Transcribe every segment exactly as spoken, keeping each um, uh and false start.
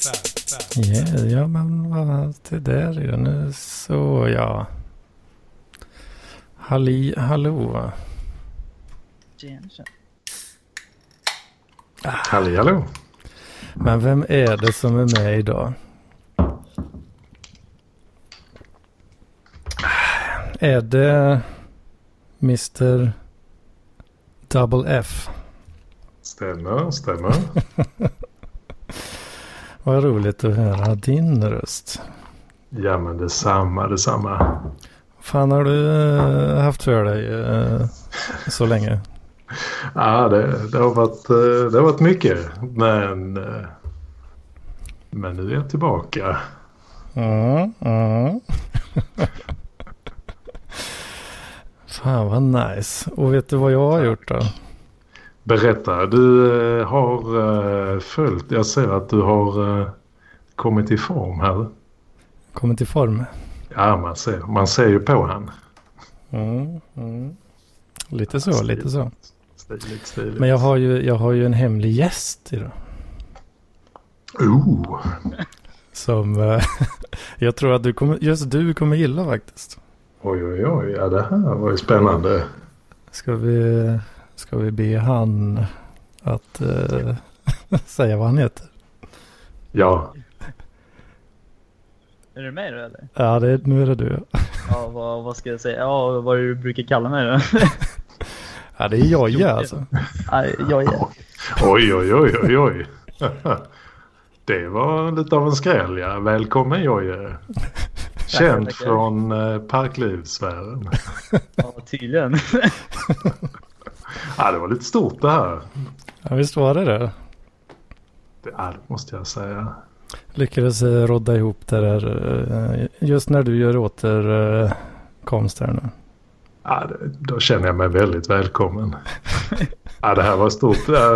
Yeah, ja, men vad det där är nu så ja. Halli, hallå. Ah. Halli, hallå. Men vem är det som är med idag? Är det mister Double F? Stämmer, stämmer. Vad roligt att höra din röst. Ja, men detsamma, detsamma. Fan har du uh, haft för dig uh, så länge? Ja, det, det, har varit, uh, det har varit mycket. Men, uh, men nu är jag tillbaka. Mm, mm. Fan vad nice. Och vet du vad jag har gjort då? Berätta, du uh, har uh, följt, jag ser att du har uh, kommit i form här. Kommit i form? Ja, man ser, man ser ju på han. Mm, mm. Lite så, stiligt, lite så. Stiligt, stiligt. Men jag har ju, jag har ju en hemlig gäst idag. Oh. Som uh, jag tror att du kommer, just du kommer gilla faktiskt. Oj, oj, oj. Ja, det här var ju spännande. Ska vi, ska vi be han att uh, säga vad han heter? Ja. Är du med då eller? Ja, det, nu är det du. Ja, vad, vad ska jag säga? Ja, vad du brukar kalla mig då? Ja, det är jag ja, alltså. Ja, jag är. Oj, oj, oj, oj, oj. Det var lite av en skräll, ja. Välkommen, Jojje. Känd från eh, parklivsfären. Ja, tydligen. Ja, det var lite stort det här. Ja, visst var det det? Det är, måste jag säga. Lyckades rodda ihop det där just när du gör återkomst här nu. Ja, det, då känner jag mig väldigt välkommen. Ja, det här var stort.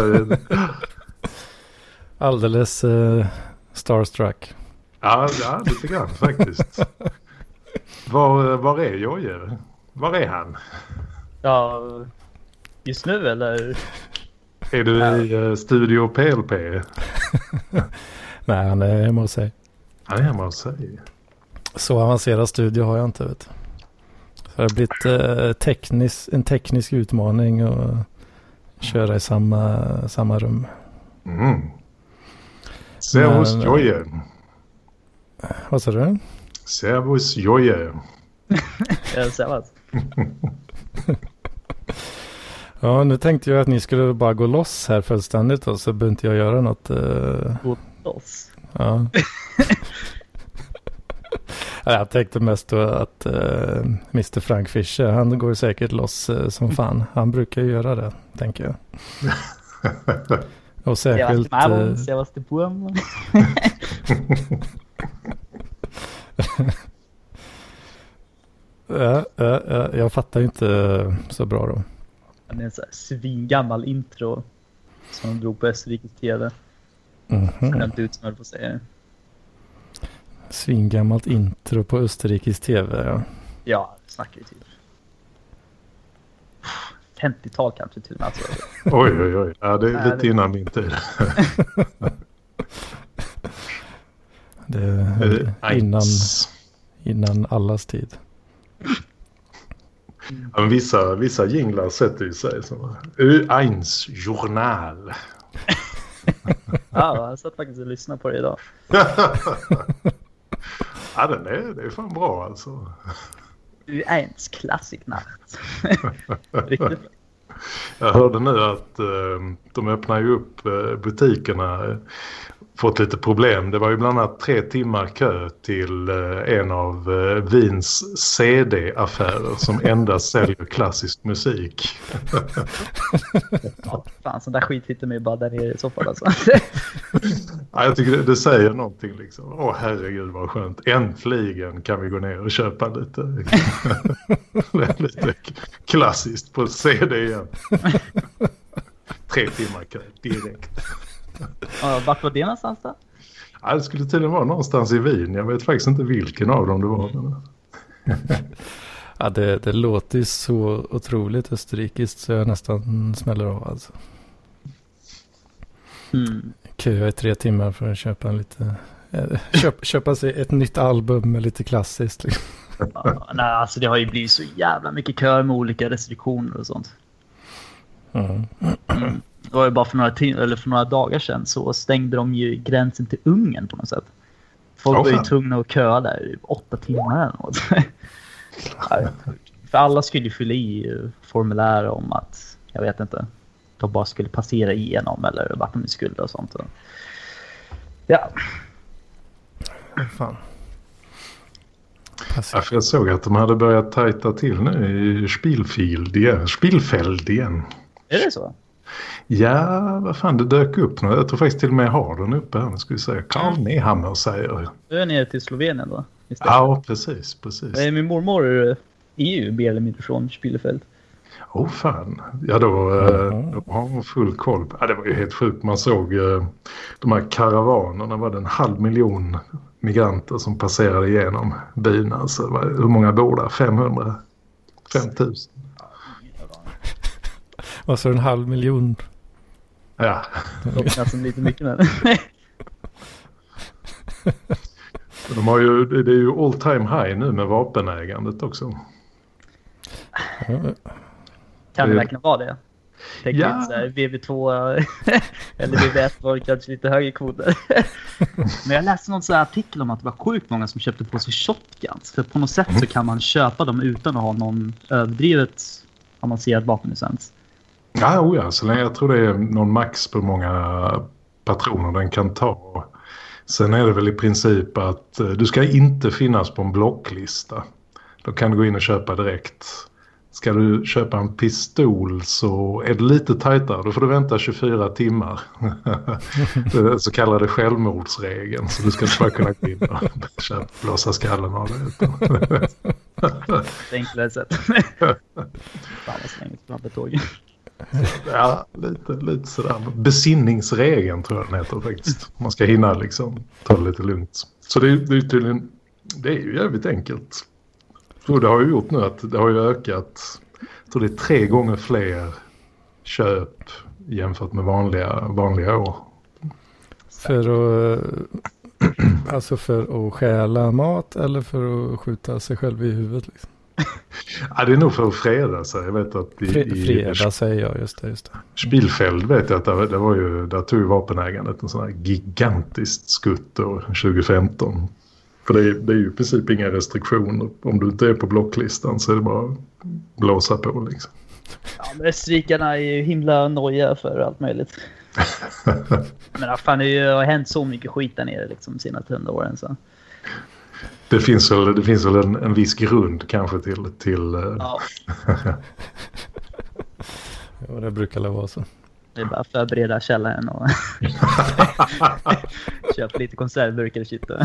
Alldeles uh, starstruck. Ja, ja, lite grann faktiskt. Var, var är Jojje? Var är han? Ja, just nu eller? Är du ja. i uh, Studio P L P? Nej, han är hemma hos sig. Han är hemma hos sig. Så avancerad studio har jag inte, vet. Så det har blivit uh, teknisk, en teknisk utmaning att köra i samma, samma rum. Mm. Servus Jojje. Vad sa du? Servus Jojje. Ja, servus. Ja, nu tänkte jag att ni skulle bara gå loss här fullständigt och så behöver inte jag göra något. Uh... Gå loss? Ja. Jag tänkte mest då att uh, mister Frank Fischer, han går säkert loss uh, som fan. Han brukar ju göra det, tänker jag. Och särskilt... Jag var till Boom. Ja, ja, ja, jag fattar inte så bra då. Det är en sån här svingammal intro som de drog på Österrikes T V. Mm-hmm. Den ut som jag höll på att säga. Svingammalt intro på Österrikes T V, ja. Ja, det snackar vi typ. femtiotal kanske till och med. Alltså. Oj, oj, oj. Ja, det är Nej, lite det... innan min tid. det är innan, innan allas tid. Ja, men vissa, vissa jinglar sätter ju sig som Ö eins journal. Ja, jag har sett faktiskt att lyssna på det idag. Ja, den är, det är fan bra alltså. Ö eins klassiknacht. Riktigt. Jag hörde nu att uh, de öppnar ju upp uh, butikerna uh, fått lite problem. Det var ju bland annat tre timmar kö till uh, en av uh, Wiens C D-affärer som endast säljer klassisk musik. Ja, fan, sån där skit hittar mig bara där nere i så fall alltså. Ja, jag tycker det, det säger någonting liksom. Åh herregud vad skönt. Äntligen kan vi gå ner och köpa lite, lite klassiskt på C D igen. Tre timmar kö direkt. Ja, vart var det någonstans då? Ja, det skulle tydligen vara någonstans i Wien. Jag vet faktiskt inte vilken av dem det var. Ja, det, det låter ju så otroligt österrikiskt så jag nästan smäller av alltså. Mm. köa i tre timmar för att köpa en lite... Köp, köpa sig ett nytt album med lite klassiskt. Liksom. Ja, nej, alltså det har ju blivit så jävla mycket köer med olika restriktioner och sånt. Mm. Mm. Det var ju bara för några, tim- eller för några dagar sedan så stängde de ju gränsen till Ungern på något sätt. Folk oh, var ju tvungna att köa där i åtta timmar eller något. För alla skulle ju fylla i formulär om att, jag vet inte, de bara skulle passera igenom eller vart de skulle och sånt. Ja. Fan. Ja, för jag såg att de hade börjat tajta till nu i Spielfeld igen. Spielfeld igen. Är det så? Ja, vad fan, det dök upp nu. Jag tror faktiskt till och med jag har den uppe här. Nu ska vi säga. Karl Nehammer säger. Du är nere till Slovenien då? Istället. Ja, precis, precis. Min mormor är ju mer eller mindre från Spielfeld. Åh oh, fan. Ja, då, mm. då har hon full koll. Ja, det var ju helt sjukt. Man såg uh, de här karavanerna. Var det en halv miljon migranter som passerade igenom byn. Alltså, hur många bor där? femhundra? fem tusen? Och så en halv miljon. Ja. Det låter nästan lite mycket med. De har ju, det är ju all time high nu med vapenägandet också. Kan det verkligen vara det? Tänk ja. Lite så här, V V två eller V V ett var kanske lite högre kvoter. Men jag läste någon sån här artikel om att det var sjukt många som köpte på sig shotguns. För på något sätt mm. så kan man köpa dem utan att ha någon överdrivet avancerad vapenlicens. Ja, oh ja, så länge jag tror det är någon max på många patroner den kan ta. Sen är det väl i princip att du ska inte finnas på en blocklista. Då kan du gå in och köpa direkt. Ska du köpa en pistol så är det lite tajtare. Då får du vänta tjugofyra timmar. Det är så kallade självmordsregeln. Så du ska inte bara kunna gå in och köpa, blåsa skallen av det. Det enklare sätt. Fan vad slängt på tåg. Ja, lite, lite sådär. Besinningsregeln tror jag den heter faktiskt. Man ska hinna liksom ta det lite lugnt. Så det, det är ju tydligen, det är ju jävligt enkelt. Så det har ju gjort nu att det har ju ökat. Jag tror det är tre gånger fler köp jämfört med vanliga, vanliga år. För att, alltså för att stjäla mat eller för att skjuta sig själv i huvudet liksom? Ja, det är nog för att freda sig. Jag vet att i, Fre- freda sig, ja, just det, just det. Spielfeld vet jag att det, det var ju, där tog ju vapenägandet en sån här gigantiskt skutt år tjugo femton. För det är, det är ju i princip inga restriktioner. Om du inte är på blocklistan så är det bara att blåsa på liksom. Ja, men österrikarna är ju himla noja för allt möjligt. Men fan, det har hänt så mycket skit där nere liksom de senaste hundra åren så. Det finns väl, det finns väl en, en viss grund kanske till... till ja. Ja, det brukar det vara så. Det är bara att förbereda källaren och köpa lite konservburkar och shit.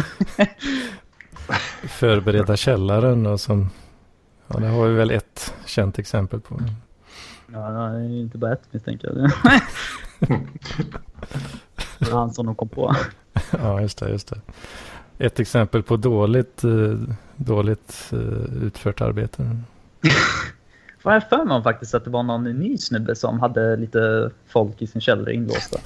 Förbereda källaren och som... Ja, det har vi väl ett känt exempel på. Ja, det är inte bara ett misstänker jag. Det var han som de kom på. Ja, just det, just det. Ett exempel på dåligt, dåligt utfört arbete. Får jag för mig faktiskt att det var någon ny snubbe som hade lite folk i sin källare inlåsta.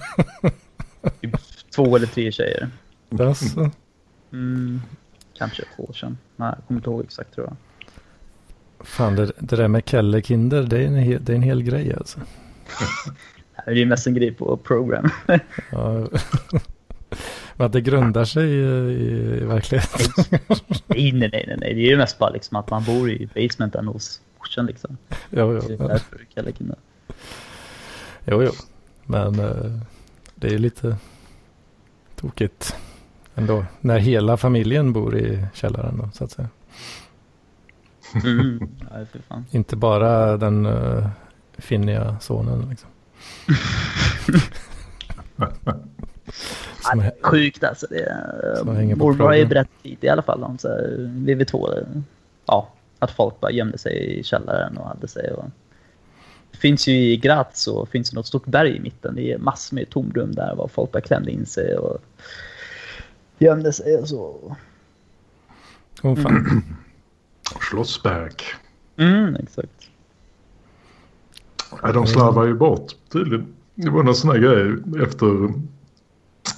Två eller tre tjejer. Alltså. Mm, kanske två år sedan. Nej, jag kommer inte ihåg exakt tror jag. Fan, det, det där med Kellekinder, det är en hel, det är en hel grej alltså. Det är ju mest en grej på program. Ja. Men det grundar sig i, i, i verkligheten. Nej, nej, nej, nej. Det är ju mest bara liksom att man bor i basementen hos morsan liksom. Jo, jo. Det är därför Kellekinder. Jo, jo. Men uh, det är lite tokigt ändå. När hela familjen bor i källaren då, så att säga. Mm. Ja, för fan. Inte bara den uh, finniga sonen liksom. Som ja, det är sjukt alltså. Det är, mormor har ju berättat i alla fall om så här, V V två. Ja, att folk bara gömde sig i källaren och hade sig. Och... Det finns ju i Graz så finns det något stort berg i mitten. Det är massor med tomrum där var folk bara klämde in sig och gömde sig och så. Åh fan. Mm. Schlossberg. Mm, exakt. Ja, de slarvar ju bort tydligen. Det var någon sån här grej efter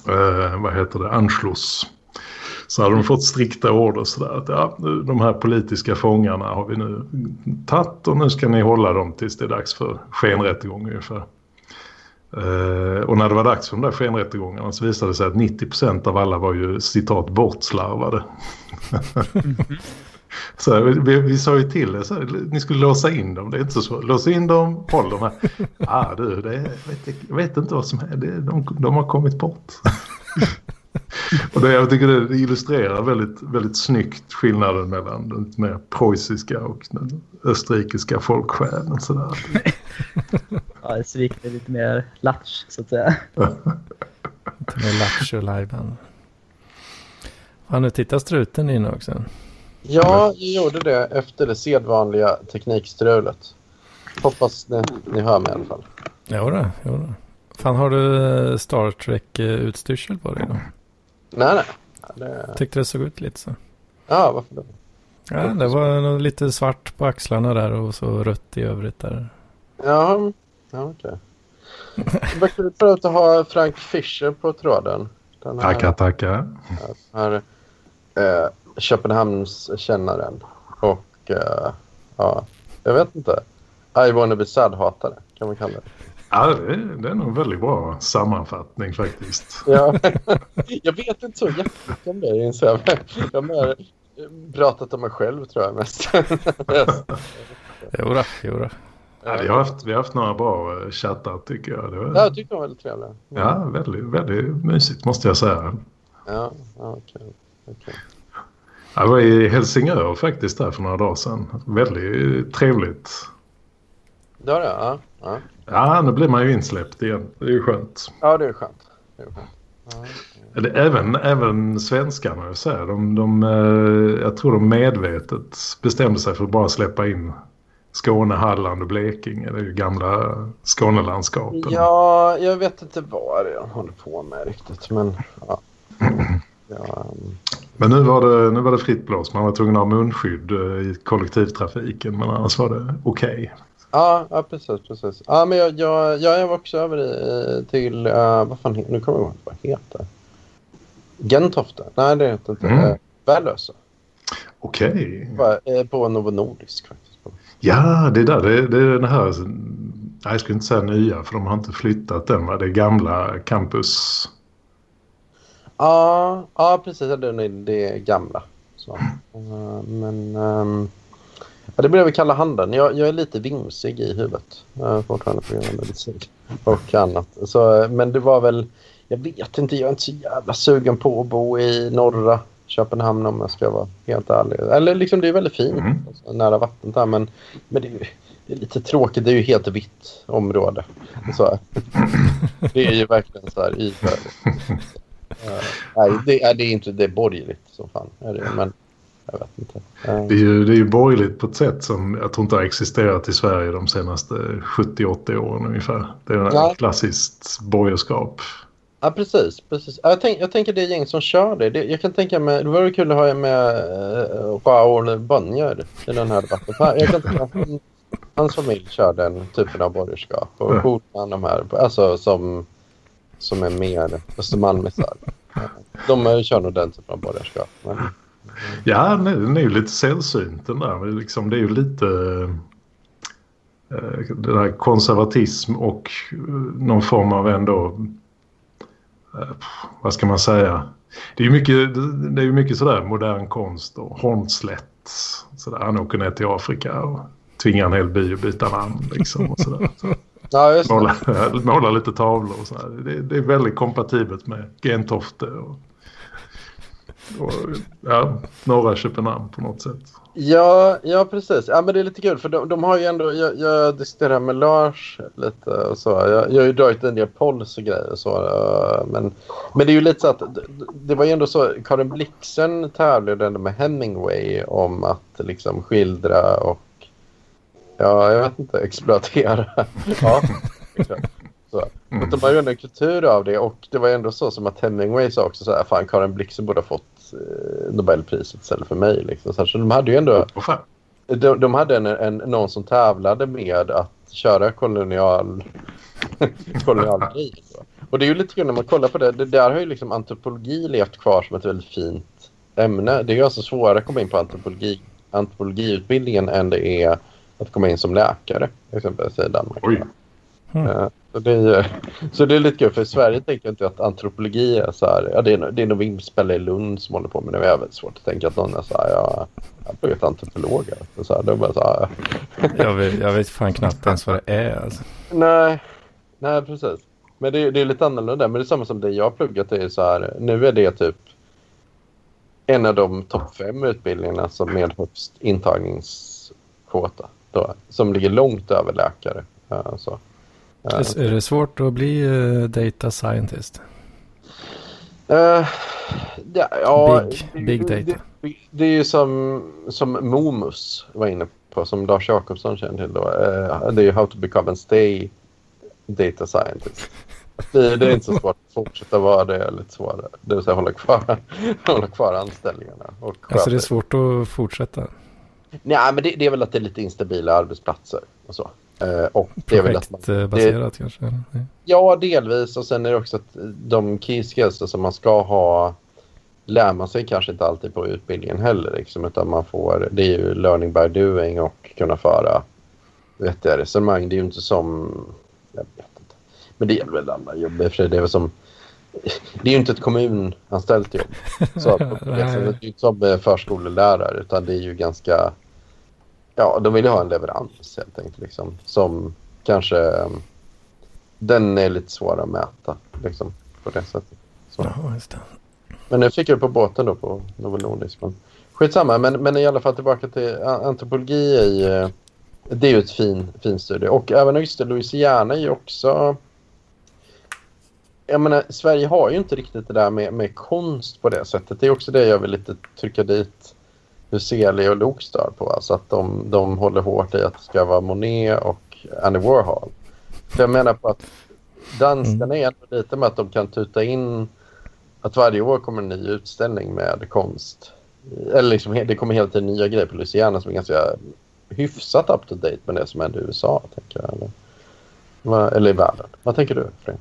eh, vad heter det, Anschluss. Så hade de fått strikta order sådär att ja, de här politiska fångarna har vi nu tagit och nu ska ni hålla dem tills det är dags för skenrättegång ungefär. Uh, och när det var dags för de där skenrättegångarna så visade det sig att nittio procent av alla var ju citat bortslarvade. Mm-hmm. Så vi, vi sa ju till det, så här, ni skulle låsa in dem, det är inte så svårt. Låsa in dem, håll dem här. Ah, du, det är, vet, jag vet inte vad som är, det, de, de har kommit bort. Och det, jag tycker det illustrerar väldigt, väldigt snyggt skillnaden mellan den mer preussiska och den österrikiska folksjälen. Sådär. Ja, Svik är lite mer latch, så att säga. Lite mer latch och lajban. Har nu tittat struten in också? Ja, jag gjorde det efter det sedvanliga teknikstrulet. Hoppas ni, ni hör mig i alla fall. Jo då, jo då. Fan, har du Star Trek-utstyrsel på dig då? Nej, nej. Det... Tyckte det såg ut lite så. Ja, varför då? Ja, det var lite svart på axlarna där och så rött i övrigt där. Ja, ja okej. Det var kul för att ha Frank Fischer på tråden. Den här, tackar, tackar. Den här eh, Köpenhamns kännaren. Och eh, ja, jag vet inte. I wanna be sad-hatare kan man kalla det. Ja, det är, det är nog en väldigt bra sammanfattning faktiskt. Ja, jag vet inte så jättemycket om det. Jag, jag har mer pratat om mig själv tror jag mest. Jodå, jodå. Ja, vi, har haft, vi har haft några bra chattar tycker jag. Det var... Ja, jag tycker de var väldigt trevliga. Mm. Ja, väldigt, väldigt mysigt måste jag säga. Ja, okej. Okay. Jag var i Helsingör faktiskt där för några dagar sedan. Väldigt trevligt. Det var det, ja. Ja, ja nu blir man ju insläppt igen. Det är ju skönt. Ja, det är skönt. Det är skönt. Ja, det, även, även svenskarna så här, de, de, jag tror de medvetet bestämde sig för att bara släppa in Skåne, Halland och Blekinge. Det är ju gamla Skånelandskapen. Ja, jag vet inte vad jag håller på med riktigt. Men, ja. Ja, um... men nu var det, nu var det fritt blås. Man var tvungen att ha munskydd i kollektivtrafiken. Men annars var det okej. Okay. Ja, ja, precis, precis. Ja, men jag, jag, jag var också över i, till, uh, vad fan, nu kommer jag ihåg vad det heter. Gentofte? Nej, det heter inte. Mm. Värlösa. Okej. Okay. På Novo Nordisk faktiskt. Ja, det där, det, det är den här, jag skulle inte säga nya för de har inte flyttat den, va? Det gamla campus. Ja, ja precis, det är det gamla. Så. Uh, men um, ja, det blir vi kalla handen. Jag, jag är lite vimsig i huvudet. Uh, fortfarande på grund av medicin och annat. Så, men det var väl, jag vet inte, jag är inte så jävla sugen på att bo i norra Köpenhamn om jag ska vara helt ärlig. Eller liksom det är väldigt fint mm. alltså, nära vattnet här, men, men det, är, det är lite tråkigt, det är ju helt vitt område. Så, det är ju verkligen så här yver. Uh, nej, det är, det är inte det är borgerligt så fan är det, men jag vet inte. Uh. Det är ju det är ju borgerligt på ett sätt som jag tror inte har existerat i Sverige de senaste sjuttio åttio åren ungefär. Det är en ja. klassiskt borgerskap. Ja, precis. precis. Jag, tänk, jag tänker det är gäng som kör det. det jag kan tänka mig, det vore kul att ha med uh, Raoul Bonnier i den här debatten. Jag kan tänka mig hans familj kör den typen av borgerskap. Och mm. de här, alltså som, som är mer Östermalmisar. De kör nog den typen av borgerskap. Men, mm. Ja, den är ju lite sällsynt den där. Liksom, det är ju lite uh, det där konservatism och uh, någon form av ändå vad ska man säga? Det är ju mycket, det är ju mycket sådär modern konst och Hornslätt. Sådär, han åker ner till Afrika och tvingar en hel by att byta namn liksom och sådär. Så. Ja, just det. Måla, måla lite tavlor och sådär. Det, det är väldigt kompatibelt med Gentofte och, och ja, norra Köpenhamn på något sätt. Ja, ja precis. Ja, men det är lite kul för de, de har ju ändå, jag, jag diskuterar med Lars lite och så. Jag, jag har ju dragit en del polls och grejer och så. Men, men det är ju lite så att det, det var ju ändå så, Karin Blixen tävlade ändå med Hemingway om att liksom skildra och ja, jag vet inte, exploatera. Ja, exakt. Så. Mm. De har ju ändå en kultur av det och det var ändå så som att Hemingway sa också så här, fan Karin Blixen borde ha fått eh, Nobelpriset istället för mig liksom. Så, här, så de hade ju ändå oh, de, de hade en, en, någon som tävlade med att köra kolonial kolonialkrig. Och det är ju lite grann när man kollar på det. Det där har ju liksom antropologi levt kvar som ett väldigt fint ämne. Det är ju alltså svårare att komma in på antropologi, antropologiutbildningen än det är att komma in som läkare, exempelvis i Danmark. Oj. Mm. Uh, så, det är, så det är lite kul, för i Sverige tänker jag inte att antropologi är så här, ja, det är, det är nog Vimspel i Lund som håller på med det. Det är väldigt svårt att tänka att någon är så här, ja, jag har blivit antropolog. Så här, de är så här, jag, vet, jag vet fan knappt ens vad det är. Alltså. Nej, nej, precis. Men det, det är lite annorlunda. Men det är samma som det jag har pluggat, det är så här, nu är det typ en av de topp fem utbildningarna som med högst intagningskvota då, som ligger långt över läkare. Uh, så. Uh, är det svårt att bli uh, data scientist? Uh, ja, ja, big, big data. Det, det är ju som, som Momus var inne på, som Lars Jakobsson känner till då. Uh, det är ju How to become and stay data scientist. Det, det är inte så svårt att fortsätta vara det, är lite svårare. Det vill säga hålla kvar, hålla kvar anställningarna. Och alltså det är svårt att fortsätta? Nej, men det, det är väl att det är lite instabila arbetsplatser och så. Uh, och det är väl att man, projektbaserat det, kanske? Eller? Ja, delvis. Och sen är det också att de key skills som man ska ha lär man sig kanske inte alltid på utbildningen heller. Liksom, utan man får, det är ju learning by doing och kunna föra vettiga resonemang. Det är ju inte som, jag vet inte. Men det är väl alla jobb. För det är väl som, det är ju inte ett kommunanställt jobb. Så det är ju inte som förskolelärare, utan det är ju ganska, ja, de vill ju ha en leverans helt enkelt liksom, som kanske den är lite svår att mäta liksom, på det sättet. Så. Ja, just det. Men nu fick jag på båten då på Novo Nordisk. Men skitsamma, men, men i alla fall tillbaka till antropologi. I, det är ju ett fin, fin studie. Och även just det, Louisiana är ju också, jag menar, Sverige har ju inte riktigt det där med, med konst på det sättet. Det är också det jag vill lite trycka dit Huseli och Lokstad på. Alltså att de, de håller hårt i att det ska vara Monet och Andy Warhol. För jag menar på att danskarna mm. är lite med att de kan tuta in att varje år kommer en ny utställning med konst. Eller liksom, det kommer hela tiden nya grejer på Louisiana som är ganska hyfsat up to date med det som händer i U S A, tänker jag. Eller, eller i världen. Vad tänker du, Frank?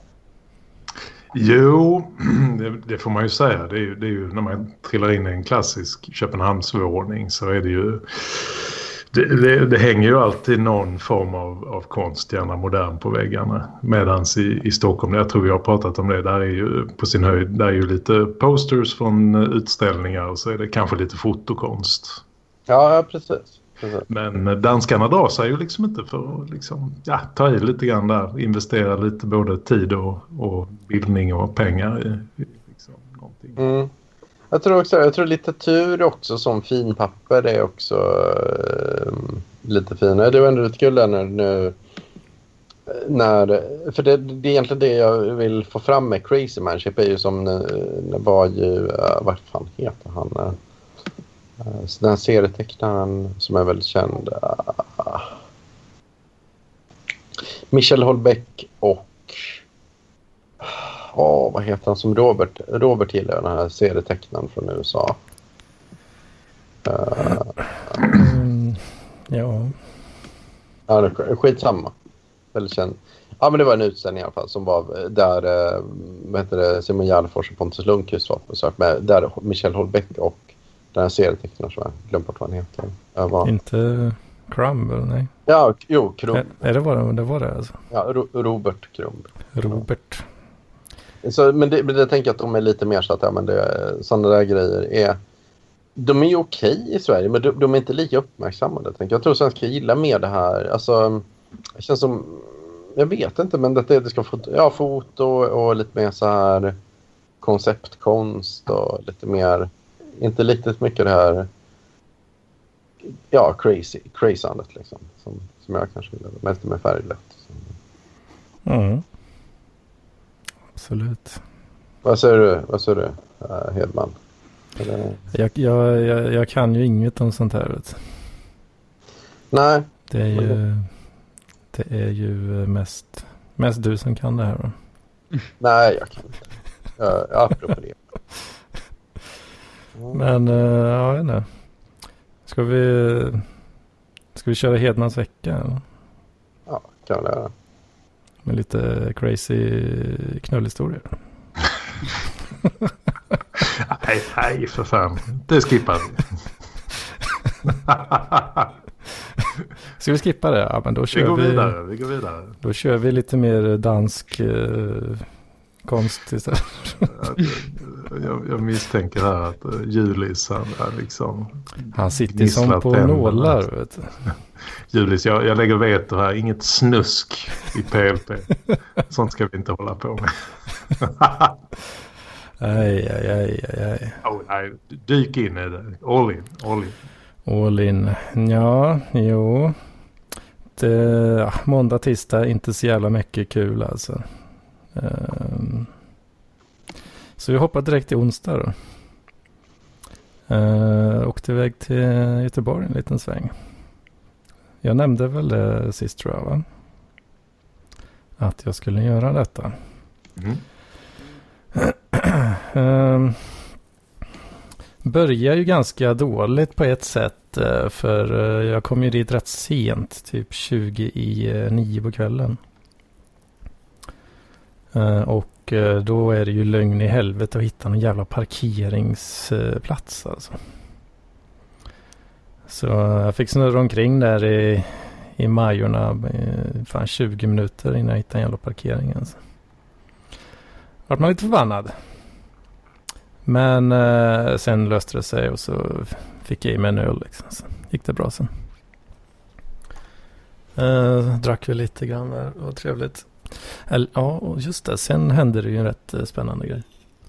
Jo, det, det får man ju säga. Det är ju, det är ju när man trillar in i en klassisk Köpenhamnsvåning så är det ju, det, det, det hänger ju alltid någon form av, av konst, gärna modern, på väggarna. Medans i, i Stockholm, jag tror vi har pratat om det, där är ju på sin höjd, där är ju lite posters från utställningar och så är det kanske lite fotokonst. Ja, precis. Men danskarna drar sig ju liksom inte för att liksom, ja, ta i lite grann där. Investera lite både tid och, och bildning och pengar i, i liksom någonting. Mm. Jag tror också, jag tror litteratur också som finpapper är också äh, lite finare. Det var ändå lite kul när nu när, för det, det är egentligen det jag vill få fram med Crazy Manship är ju som det var ju, äh, vad fan heter han? Äh, den här serietecknaren som är väldigt känd, uh, Michel Houellebecq och oh, vad heter han som Robert Robert gillar, den här serietecknaren från U S A. Uh, mm, ja. Ja, det är skitsamma. Väldigt känd. Ja, men det var en utställning i alla fall som var där uh, vad heter det, Simon Gärdenfors och Pontus Lundqvist var på besök med, där Michel Houellebecq och den här serietecknaren som jag glömt bort vad han heter. Var... Inte Crumb, eller nej? Ja, jo, Crumb. Är, är det var det, det var det alltså? Ja, Ro- Robert Crumb. Robert. Så, men det, men det tänker jag att de är lite mer så att ja, men det, sådana där grejer är, de är ju okej i Sverige, men de, de är inte lika uppmärksammade. Tänker jag. Jag tror svenskar gillar mer det här. Alltså, det känns som, jag vet inte, men det, det ska få ja, foto och lite mer så här konceptkonst och lite mer, inte riktigt mycket det här, ja, crazy, crazyandet liksom, som, som jag kanske gillar, men lite mer färglätt. Mm. Absolut. Vad säger du, vad säger du uh, Hedman? Eller... Jag, jag, jag, jag kan ju inget om sånt här. Vet. Nej. Det är ju, det är ju mest, mest du som kan det här. Då. Nej, jag kan inte. Jag, jag apropå det. Mm. Men uh, ja, jag vet inte. Ska vi, ska vi köra Hedmans vecka? Eller? Ja, kan vi göra. Med lite crazy knullhistorier. nej, nej för fan. Det skippar vi. Ska vi skippa det? Ja, men då kör vi går vi, vidare. Vi går vidare. Då kör vi lite mer dansk eh, konst istället. jag, jag misstänker här att uh, Julis han är liksom... Han sitter som på nålar, vet du. Julis, jag, jag lägger veto här. Inget snusk i P L P. Sånt ska vi inte hålla på med. aj, aj, aj, aj, aj. Oh, nej, dyk in i det. All in, all in. All in. Ja, jo. Det, ja, måndag, tisdag, inte så jävla mycket kul alltså. Um, så vi hoppar direkt till onsdag då. Uh, åkte iväg till Göteborg en liten sväng. Jag nämnde väl det sist, tror jag, va? Att jag skulle göra detta. Mm. um, Börjar ju ganska dåligt på ett sätt, för jag kom ju dit rätt sent, typ tjugo i nio på kvällen. Och då är det ju lögn i helvete att hitta någon jävla parkeringsplats alltså. Så jag fick snurra omkring där i, i Majorna fan tjugo minuter innan jag hittade en jävla parkering alltså. Vart man lite förbannad. Men eh, sen löste det sig och så fick jag i mig en öl liksom. Så gick det bra sen. Eh, drack vi lite grann där. Det var trevligt. Eller, ja, just det. Sen hände det ju en rätt eh, spännande grej.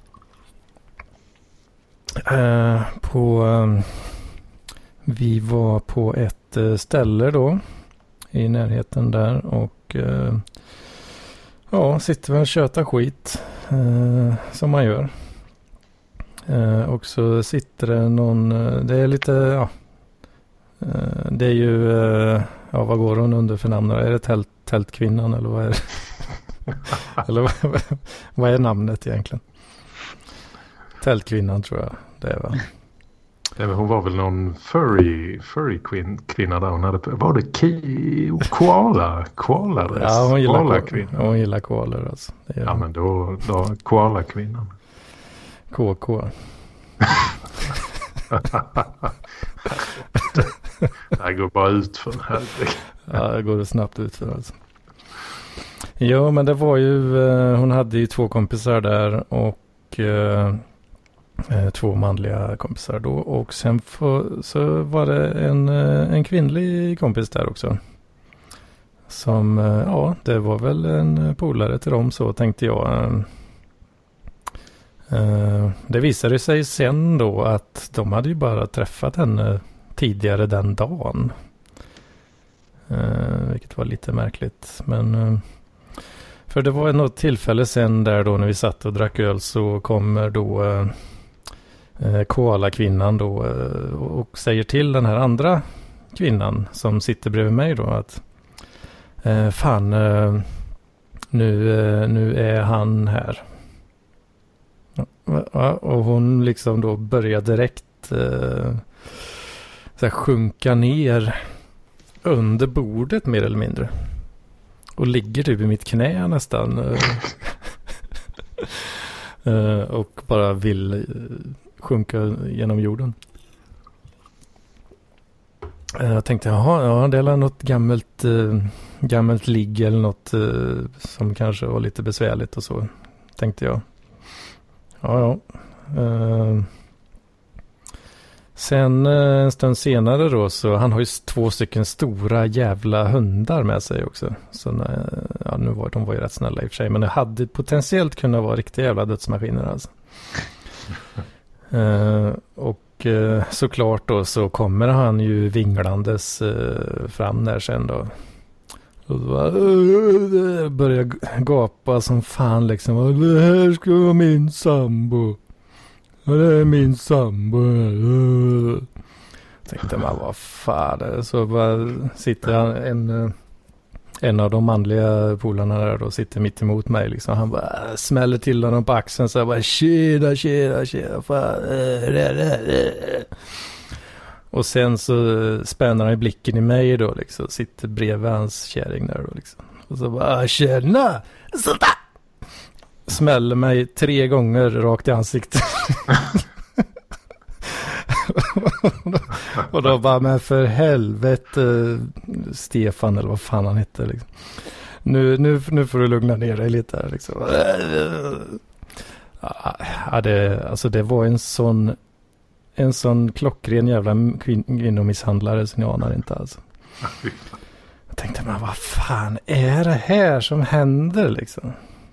Eh, på, eh, vi var på ett eh, ställe då. I närheten där. Och eh, ja, sitter väl och tjötar skit. Eh, som man gör. Uh, och så sitter det någon, uh, det är lite, ja, uh, det är ju, uh, ja vad går hon under för namn? Är det tält, tältkvinnan eller vad är det? eller vad, vad är namnet egentligen? Tältkvinnan tror jag det är, va? Ja, men hon var väl någon furry, furry kvin, kvinna där hon hade, var det ki, koala, koala dress? Ja, hon gillar, koala kvinnan. Hon gillar koalor alltså. Det ja, men då, då koala kvinnan. K K. Det här går bara ut för här. Ja, det går snabbt ut för alltså. Jo, men det var ju, eh, hon hade ju två kompisar där och eh, två manliga kompisar då. Och sen för, så var det en, en kvinnlig kompis där också. Som, ja, det var väl en polare till dem, så tänkte jag. Uh, det visade sig sen då att de hade ju bara träffat henne tidigare den dagen. Uh, vilket var lite märkligt. Men uh, för det var något tillfälle sen där då när vi satt och drack öl, så kommer då uh, uh, koala-kvinnan då uh, och säger till den här andra kvinnan som sitter bredvid mig då att uh, fan uh, nu, uh, nu är han här. Ja, och hon liksom då börjar direkt eh, så här sjunka ner under bordet mer eller mindre. Och ligger typ i mitt knä nästan. eh, och bara vill eh, sjunka genom jorden. Eh, jag tänkte, jaha, ja, det är något gammalt, eh, gammalt ligg eller något eh, som kanske var lite besvärligt och så, tänkte jag. Ja, ja. Uh, sen uh, en stund senare då, så han har ju två stycken stora jävla hundar med sig också. Så uh, ja, nu var de var ju rätt snälla i och för sig, men det hade potentiellt kunnat vara riktiga jävla dödsmaskiner alltså. Uh, och uh, såklart då så kommer han ju vinglandes uh, fram där sen då. Och så bara, uh, börjar gapa som fan liksom. Det här ska vara min sambo. Det är min sambo. Uh. Tänkte man, vad fan är det? Så bara sitter han, en, en av de manliga polarna där då, sitter mitt emot mig liksom. Han bara smäller till honom på axeln så jag bara, tjena, tjena, tjena, fan. Och sen så spänner han i blicken i mig då liksom. Sitter bredvid hans kärring där då liksom. Och så bara, tjena! Sådär! Smäller mig tre gånger rakt i ansiktet. Och då bara, men för helvete Stefan eller vad fan han heter liksom. Nu, nu, nu får du lugna ner dig lite här liksom. Ja, det, alltså det var en sån en sån klockren jävla kvin- kvinnomisshandlare som jag anar inte alltså. Jag tänkte, men vad fan är det här som händer liksom?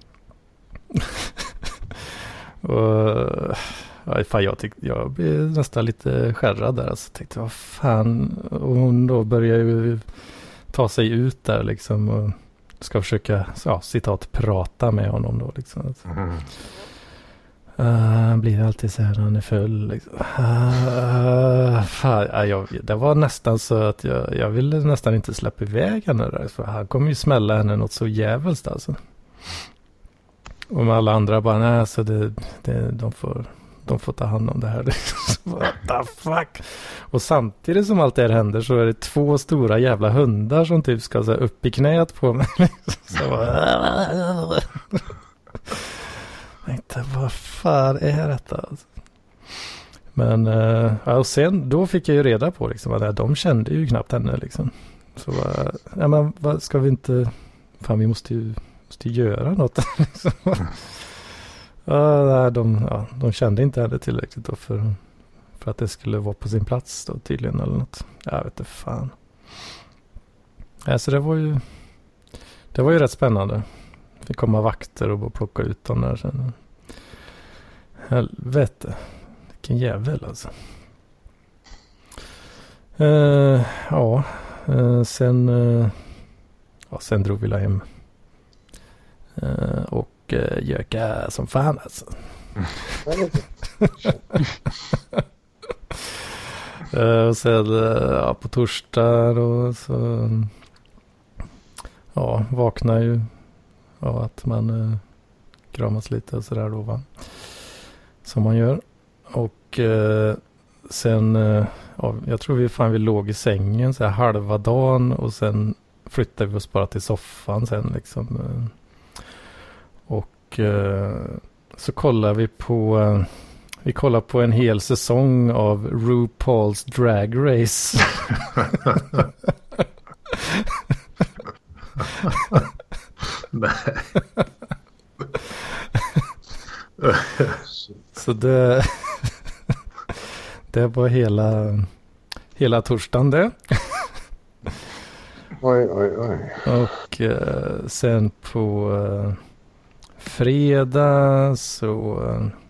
Och ja, fan, jag, tyck, jag blev nästan lite skärrad där. Alltså, tänkte, vad fan. Och hon då börjar ju ta sig ut där liksom. Och ska försöka, ja, citat, prata med honom då liksom. Mm. Uh, blir alltid så här när han är full liksom. Uh, fan, ja, jag, det var nästan så att jag, jag ville nästan inte släppa iväg henne där. För han kommer ju smälla henne något så jävligt alltså. Och med alla andra bara, nej, så det, det, de, får, de får ta hand om det här. What the fuck? Och samtidigt som allt det här händer så är det två stora jävla hundar som typ ska så här, upp i knät på mig. Så bara, jag tänkte, vad fan är detta? Alltså. Men uh, ja, och sen, då fick jag ju reda på liksom, att de kände ju knappt henne liksom. Så bara, ja men vad ska vi inte, fan vi måste ju måste göra något. Liksom. Ja, de, ja, de kände inte henne tillräckligt då för, för att det skulle vara på sin plats då tydligen eller något. Jag vet inte fan. Alltså det var ju det var ju rätt spännande. Fick komma vakter och bara plocka ut dem där sen. Helvete. Vilken jävel alltså. Uh, ja, uh, sen uh, ja, sen drog vi hem. Uh, och uh, göka som fan alltså. uh, och sen uh, ja, på torsdag då så ja, vaknar ju av att man uh, kramas lite och sådär då va. Som man gör. Och uh, sen uh, ja, jag tror vi fan vi låg i sängen så här halva dagen och sen flyttade vi oss bara till soffan sen liksom. Uh, och uh, så kollar vi på uh, vi kollar på en hel säsong av RuPaul's Drag Race. Nej. Så det det var hela hela torsdagen det. Oj, oj, oj. Och uh, sen på uh, fredag så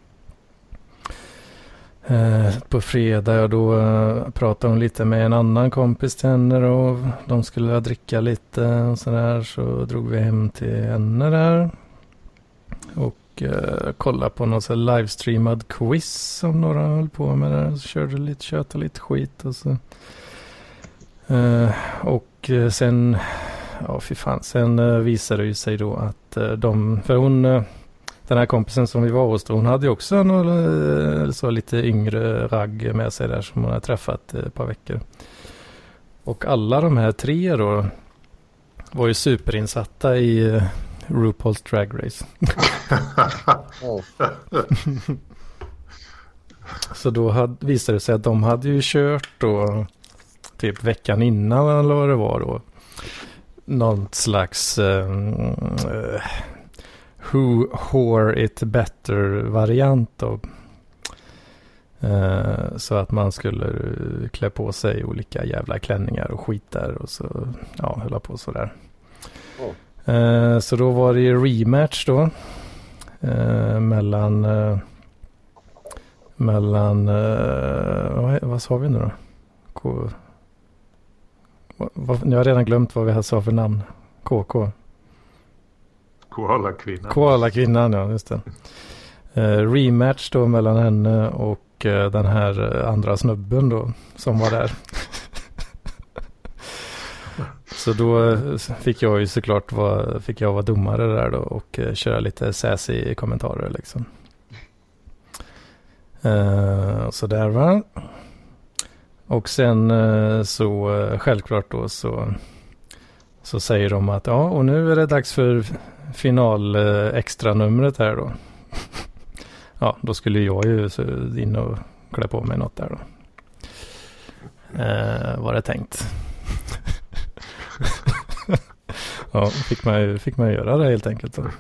uh, på fredag ja, då uh, pratade hon lite med en annan kompis till henne och de skulle dricka lite och sådär, så drog vi hem till henne där och uh, kollade på någon sån livestreamad quiz som några höll på med där, så körde lite, köta lite skit och så uh, och uh, sen ja, fy fan. Sen uh, visade det ju sig då att uh, de, för hon, uh, den här kompisen som vi var hos då, hon hade ju också en uh, så lite yngre ragg med sig där som hon har träffat uh, ett par veckor. Och alla de här tre då var ju superinsatta i uh, RuPaul's Drag Race. Så då hade, visade det sig att de hade ju kört då typ veckan innan eller vad det var då. Någon slags uh, uh, Who Whore It Better variant då. Uh, så att man skulle uh, klä på sig olika jävla klänningar och skit där och så ja, hålla på sådär. Oh. Uh, så då var det rematch då uh, mellan uh, mellan uh, vad, vad sa vi nu då? K- Jag har redan glömt vad vi sa för namn. K K. Koala-kvinnan. Koala-kvinnan, ja, just det. Uh, rematch då mellan henne och uh, den här uh, andra snubben då som var där. Så då uh, fick jag ju såklart vara, fick jag vara domare där då och uh, köra lite sassy kommentarer liksom. Uh, så där va. Och sen så självklart då så Så säger de att ja, och nu är det dags för final eh, extra numret här då. Ja, då skulle jag ju så in och klä på mig något där då. Eh, var det tänkt. Ja, fick man ju fick man ju göra det helt enkelt då.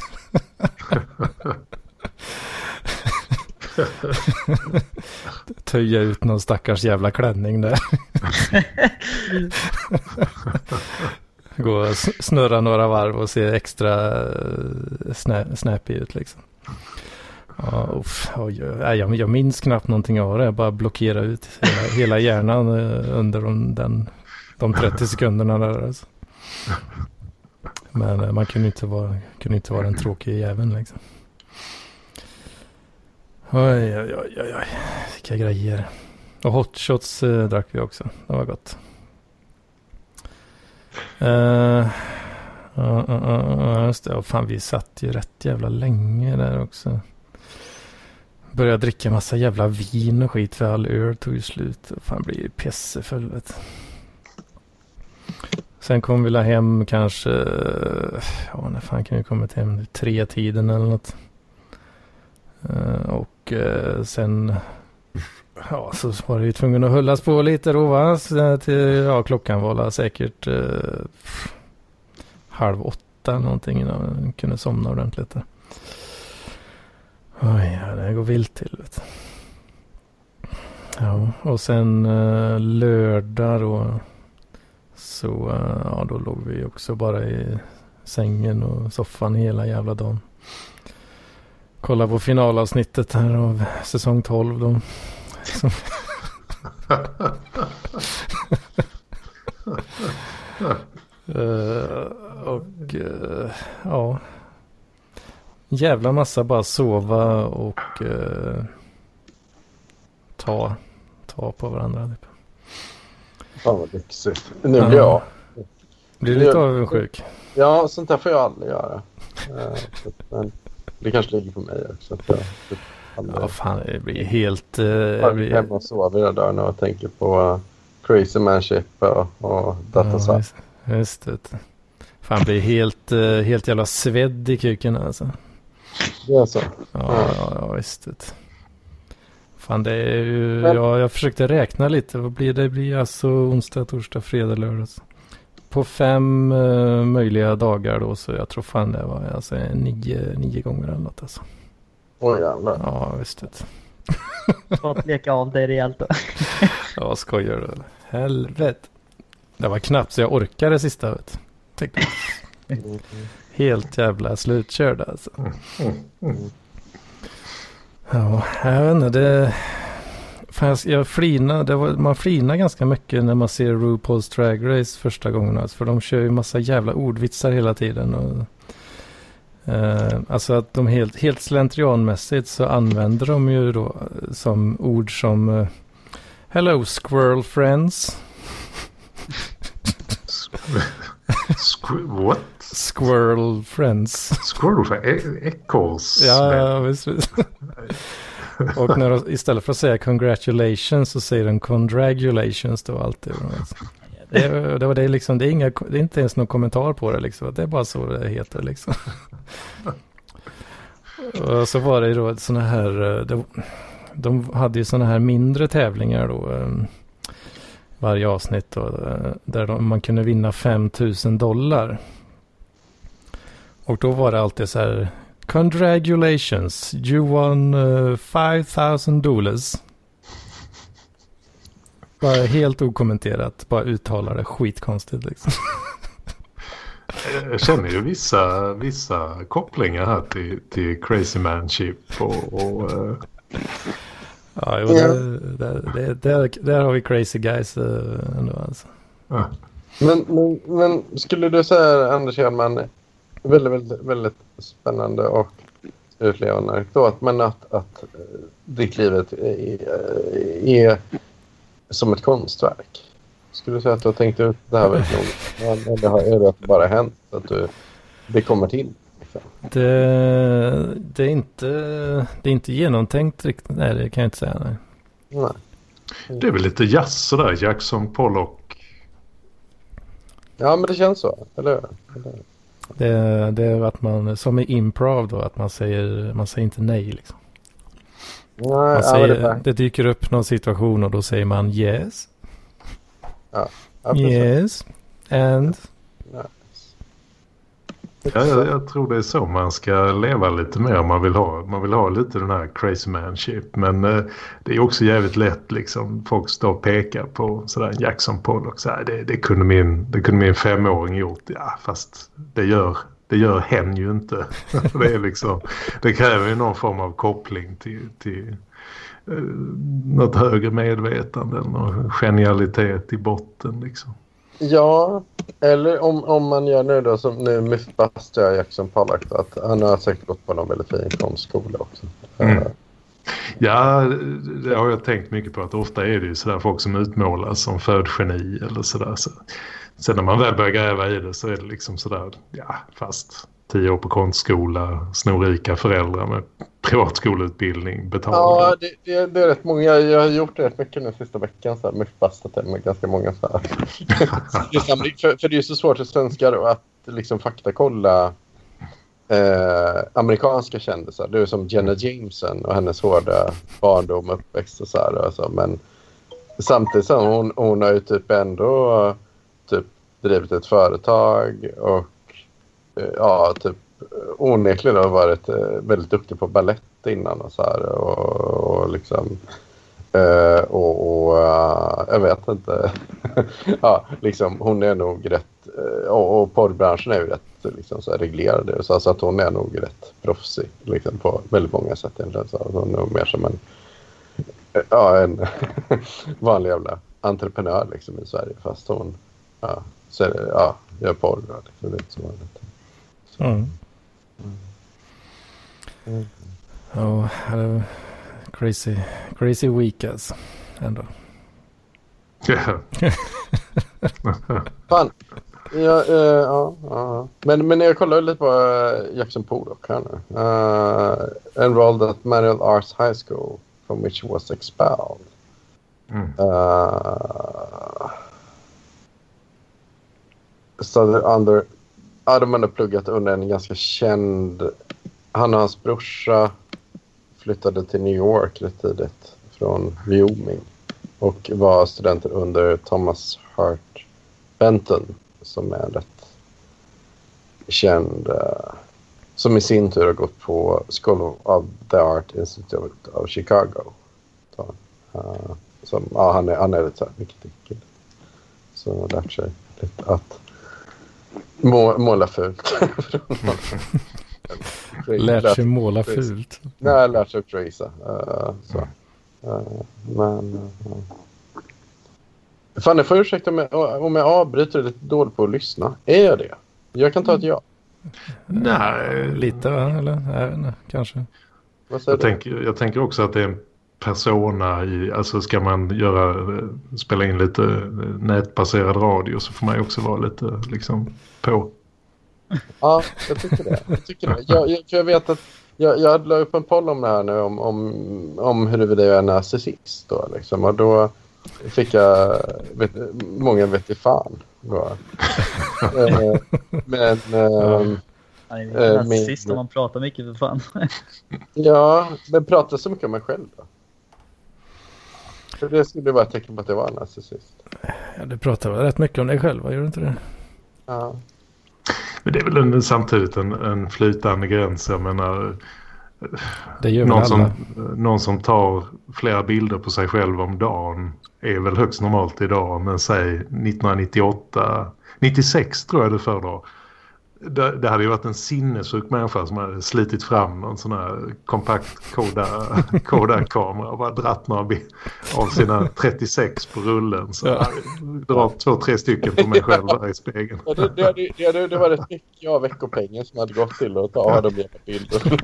Töja ut någon stackars jävla klänning där. Gå och snurra några varv och se extra snä- snappy ut liksom. Ja, uff, oj, jag, jag minns knappt någonting av det. Jag bara blockerade ut hela, hela hjärnan under de, den, de trettio sekunderna där alltså. Men man kunde inte vara, kunde inte vara en tråkig jäveln liksom. Oj, oj, oj, oj, oj. Vilka grejer. Och hotshots eh, drack vi också. Det var gott. Uh, uh, uh, uh, just det. Och fan, vi satt ju rätt jävla länge där också. Började dricka massa jävla vin och skit för all öl tog ju slut. Och fan, blir ju pissefull, vet. Sen kom vi la hem kanske, ja, när fan kan vi komma till hem? Tre tiden eller något. Uh, och uh, sen ja, så var det ju tvungen att hållas på lite då, va? Så till, ja, klockan var säkert uh, halv åtta någonting innan jag kunde somna ordentligt där. Oj, ja, det går vilt till, vet du. Ja, och sen uh, lördag då så uh, ja, då låg vi också bara i sängen och soffan hela jävla dagen. Kolla på finalavsnittet här av säsong tolv då. uh, och uh, ja, jävla massa bara sova och uh, ta ta på varandra typ. Fan vad lyxigt. Nu blir jag. Blir du lite avundsjuk? Ja, sånt där får jag aldrig göra. Men det kanske ligger på mig också. Att jag, aldrig... Ja, fan, det blir helt... Uh, jag blir hemma och sover jag där och tänker på uh, Crazy Man Ship och, och detta så. Ja, just, just det. Fan, blir helt, uh, helt jävla svedd i kuken alltså. Det är så? Ja, ja, ja visst det. Fan, det är ju... Men... Ja, jag försökte räkna lite. Vad blir det? Det blir alltså onsdag, torsdag, fredag, lördag. På fem uh, möjliga dagar då, så jag tror fan det var alltså nio, nio gånger eller något alltså. Åh jävlar. Ja, visst det. För att leka av dig rejält då. Ja, skojar du? Helvete. Det var knappt så jag orkade sista, vet du. Mm. Helt jävla slutkörd alltså. Mm. Mm. Ja, jag vet inte, det... Fan, jag flinar, det var, man flinar ganska mycket när man ser RuPaul's Drag Race första gången. Alltså, för de kör ju massa jävla ordvitsar hela tiden. Och, eh, alltså att de helt, helt slentrianmässigt så använder de ju då som ord som eh, Hello squirrel friends. Squ- what? Squirrel friends. Squirrel friends? Echoes? Ja, ja, visst, visst. Och när de, istället för att säga congratulations så säger de congratulations då alltid. Det, det var det liksom, det är, inga, det är inte ens någon kommentar på det liksom. Det är bara så det heter liksom. Och så var det ju då såna här, det, de hade ju såna här mindre tävlingar då varje avsnitt då, där de, man kunde vinna fem tusen dollar. Och då var det alltid så här: congratulations, you won uh, five thousand dollars. Bara helt okommenterat, bara uttalar det skitkonstigt liksom. Jag känner ju vissa, vissa kopplingar här till, till Crazy Man Ship och... och uh... Ja, jo, det, det, det, där, där har vi crazy guys uh, ändå alltså. Ja. Men, men, men skulle du säga, Anders Hedman, väldigt, väldigt, väldigt spännande och utlevande anekdot, men att, att ditt livet är, är som ett konstverk. Skulle du säga att du har tänkt ut det här verkligen? Eller har är det att det bara hänt att du, det kommer till? Det, det, är inte, det är inte genomtänkt riktigt. Nej, det kan jag inte säga. Nej. Nej. Det är väl lite jazz sådär, Jackson Pollock. Ja, men det känns så. Eller, eller. Det, det är att man, som i improv då, att man säger, man säger inte nej liksom. Nej, man säger, ja, det, det dyker upp någon situation och då säger man yes. Ja, ja, yes. And... Ja, jag, jag tror det är så man ska leva lite mer. Man vill ha, man vill ha lite den här crazy man-ship. Men eh, det är också jävligt lätt liksom. Folk står och pekar på sådär Jackson Pollock. Så här, det, det, kunde min, det kunde min femåring gjort. Ja, fast det gör, det gör hen ju inte. det, är liksom, det kräver ju någon form av koppling till, till eh, något högre medvetande. Någon genialitet i botten liksom. Ja, eller om, om man gör nu då som nu mythbustar Jackson Pollock, att han har säkert gått på någon väldigt fin konstskola också. Mm. Ja, det har jag tänkt mycket på, att ofta är det ju sådär folk som utmålas som födgeni eller sådär. Så, sen när man väl börjar gräva i det så är det liksom sådär, ja fast tio år på konstskola, snorrika föräldrar med privatskoleutbildning betalda. Ja, det, det, det är rätt många. Jag, jag har gjort det rätt mycket den sista veckan. Så här, mythbustat med ganska många så här. för, för det är så svårt för svenskar då, att liksom faktakolla eh, amerikanska kändisar. Det är som Jenna Jameson och hennes hårda barndom, uppväxt och så här. Och så. Men samtidigt så hon, hon har ju typ ändå typ drivit ett företag och eh, ja, typ onekligen har varit väldigt duktig på ballett innan och så här och, och liksom uh, och, och uh, jag vet inte ja, liksom hon är nog rätt uh, och, och porrbranschen är ju rätt liksom så här reglerad så, så att hon är nog rätt proffsig liksom på väldigt många sätt egentligen, så hon är nog mer som en uh, ja, en vanlig jävla entreprenör liksom i Sverige, fast hon ja, så, ja, gör porr liksom, det är inte så vanligt. Så. Mm. Mm. Ja, oh, crazy, crazy week alltså, ändå. Yeah. Fan. Ja, uh, ja, ja. Men, men jag kollar lite på uh, Jackson Pollock här nu. Uh, enrolled at Manual Arts High School from which he was expelled. Mm. Uh, studied under... Ja, de hade pluggat under en ganska känd... Han och hans brorsa flyttade till New York rätt tidigt från Wyoming och var studenter under Thomas Hart Benton, som är rätt känd, uh, som i sin tur har gått på School of the Art Institute of Chicago. Så, uh, som, ja, han är, han är lite så här viktig kille. Så har lärt sig lite att må, måla fult. Lärt sig måla fult. Nej, lärt sig tracea. Uh, så. Uh, men... Uh, fan, jag får ursäkta om jag, om jag avbryter lite dåligt på att lyssna. Är jag det? Jag kan ta ett ja. Nej. Lite va? Eller? Nej, nej, kanske. Jag tänker, jag tänker också att det är en persona i... Alltså ska man göra... Spela in lite nätbaserad radio så får man ju också vara lite liksom på... Ja, jag tycker det. Jag, tycker det. Jag, jag, jag vet att jag, jag la upp en poll om det här nu om, om, om huruvida jag är narcissist då liksom, och då fick jag vet, många vet i fan då. eh, men eh, han är äh, narcissist om man pratar mycket för fan. Ja, men pratar så mycket om mig själv då. För det skulle vara ett tecken på att jag var narcissist. Ja, du pratar väl rätt mycket om dig själv, gör du inte det? Ja. Men det är väl en, samtidigt en, en flytande gräns. Jag menar, det gör någon, som, någon som tar flera bilder på sig själv om dagen är väl högst normalt idag. Men säg nittonhundranittioåtta, nittiosex tror jag det för då. Det, det hade ju varit en sinnessjuk människa som hade slitit fram en sån här kompakt Kodak-kamera och bara dratt några bild av sina trettiosex på rullen. Så ja. Dra två, tre stycken på mig själv där i spegeln. Ja, det, det, det, det, det var rätt mycket av veckopengen som hade gått till att ta de jävla bilder.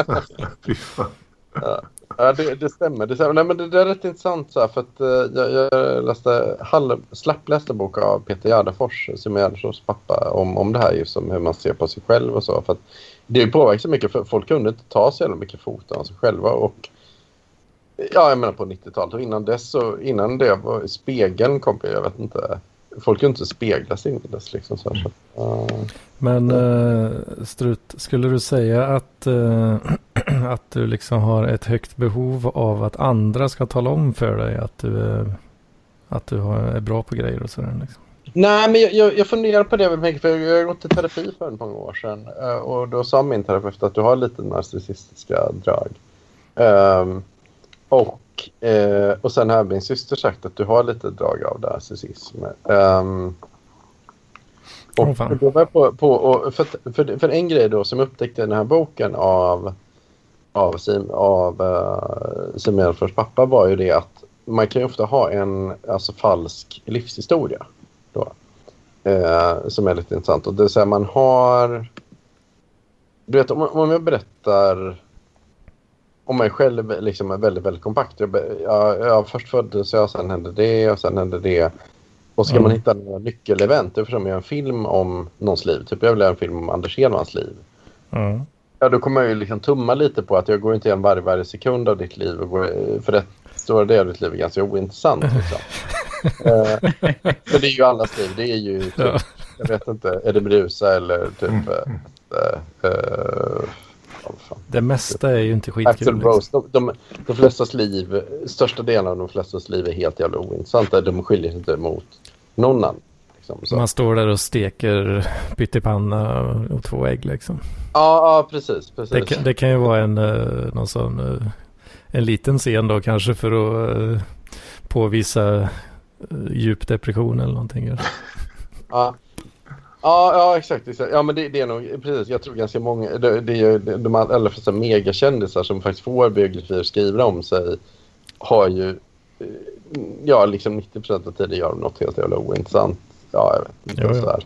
Ja, ja det, det stämmer. Det stämmer. Nej, men det, det är rätt intressant så här, för att uh, jag, jag läste halv, slappläste en bok av Peter Gärdefors, som är Gärdefors pappa, om, om det här just som hur man ser på sig själv och så. För att det påverkar så mycket, för folk kunde inte ta så jävla mycket foton av sig själva. Och ja, jag menar på nittiotalet och innan dess så, innan det var spegeln kom, jag vet inte folk kan inte spegla sig in i det liksom så, här, så uh, Men uh, Strut, skulle du säga att uh, att du liksom har ett högt behov av att andra ska tala om för dig att du uh, att du har, är bra på grejer och sådär liksom? Nej, men jag, jag, jag funderar på det väldigt mycket, för jag har gått i terapi för en många år sedan. Och då sa min terapeut att du har lite narcissistiska drag. Um, och, uh, och sen har min syster sagt att du har lite drag av narcissism. Um, och oh, då var jag på, på och för, för, för en grej då som jag upptäckte i den här boken av, av, Sim, av uh, Simon Gärdenfors pappa var ju det att man kan ju ofta ha en alltså, falsk livshistoria. Då, eh, som är lite intressant. Och det är så här, man har... Du vet, om, om jag berättar om mig själv liksom är väldigt, väldigt kompakt. Jag, jag, jag först föddes jag, sen hände det och sen hände det. Och ska mm. man hitta några nyckelevent, det är för att jag gör en film om någons liv. Typ jag vill göra en film om Anders Hedmans liv. Mm. Ja, då kommer jag ju liksom tumma lite på att jag går inte igen varje, varje sekund av ditt liv. Och går, för det stora del av ditt liv är ganska ointressant. Liksom. uh, för det är ju allas liv. Det är ju typ, ja. jag vet inte, är det Medusa eller typ... Mm. Uh, uh, oh, det mesta är ju inte skitkul. Axl Rose, de, de, de flestas liv, största delen av de flestas liv är helt jävla ointressanta. De skiljer sig inte mot någon annan. Liksom, så. Man står där och steker pyttipanna och två ägg liksom. Ja, ja precis. precis. Det, kan, det kan ju vara en, uh, någon sån, uh, en liten scen då kanske för att uh, påvisa uh, djup depression eller någonting. Ja. Ja, ja exakt, exakt. Ja, men det, det är nog precis. Jag tror ganska många det, det är de, de allra flesta megakändisar som faktiskt får biografier skrivna om sig har ju ja, liksom nittio procent av tiden gör de något helt jävla ointressant. Ja, jag vet inte jo, så här.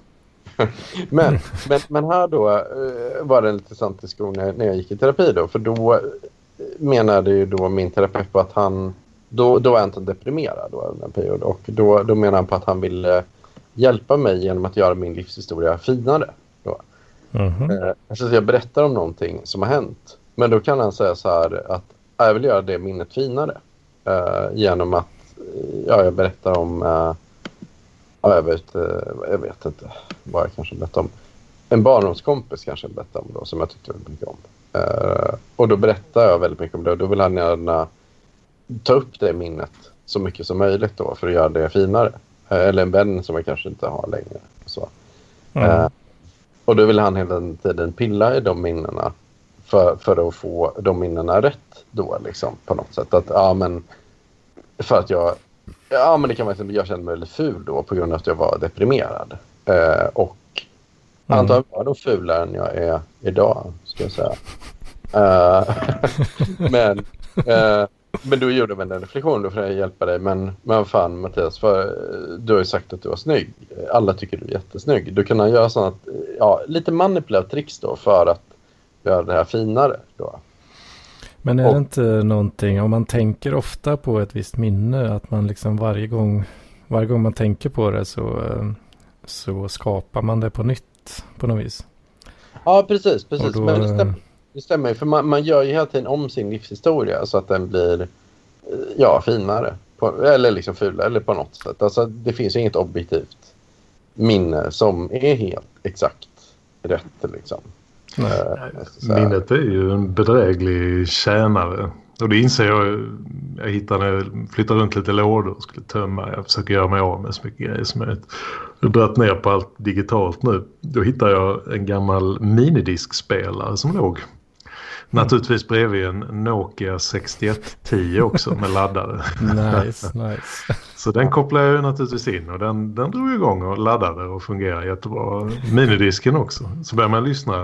men, men, men här då var det en intressant diskussion när, när jag gick i terapi då. För då menade ju då min terapeut på att han då, då är han inte deprimerad då under en period. Och då, då menar han på att han ville hjälpa mig genom att göra min livshistoria finare. Då. Mm-hmm. Eh, alltså jag berättar om någonting som har hänt. Men då kan han säga så här att jag vill göra det minnet finare. Eh, genom att ja, jag berättar om eh, ja, jag, vet, eh, jag vet inte vad jag kanske berättar om. En barndomskompis kanske jag berättar om då, som jag tyckte väldigt mycket om. Eh, och då berättar jag väldigt mycket om det. Och då vill han gärna ta upp det minnet så mycket som möjligt då för att göra det finare. Eller en vän som jag kanske inte har längre. Så. Mm. Eh, och då vill han hela tiden pilla i de minnena. För, för att få de minnena rätt då liksom på något sätt. Att, ja, men, för att jag... Ja, men det kan vara att jag kände mig väldigt ful då på grund av att jag var deprimerad. Eh, och mm. antagligen var då fulare än jag är idag, ska jag säga. Eh, men... Eh, Men du gjorde väl en reflektion då för att hjälpa dig. Men, men fan Mattias, för du har ju sagt att du var snygg. Alla tycker du är jättesnygg. Du kan göra sånt, ja, lite manipulerat tricks då för att göra det här finare då. Men är och, det inte någonting, om man tänker ofta på ett visst minne, att man liksom varje gång, varje gång man tänker på det så, så skapar man det på nytt på något vis? Ja, precis, precis. Då, men det stämmer. Det stämmer, för man, man gör ju hela tiden om sin livshistoria så att den blir ja, finare. På, eller liksom fulare, eller på något sätt. Alltså det finns ju inget objektivt minne som är helt exakt rätt liksom. Nej, minnet är ju en bedräglig tjänare. Och det inser jag, jag hittar när jag flyttar runt lite lådor och skulle tömma. Jag försöker göra mig av med så mycket grejer som möjligt. Jag har dragit ner på allt digitalt nu. Då hittar jag en gammal minidiskspelare som låg. Naturligtvis bredvid en Nokia sextioett tio också med laddare. Nice, nice. Så den kopplade jag naturligtvis in och den, den drog igång och laddade och fungerar jättebra. Minidisken också. Så börjar man lyssna.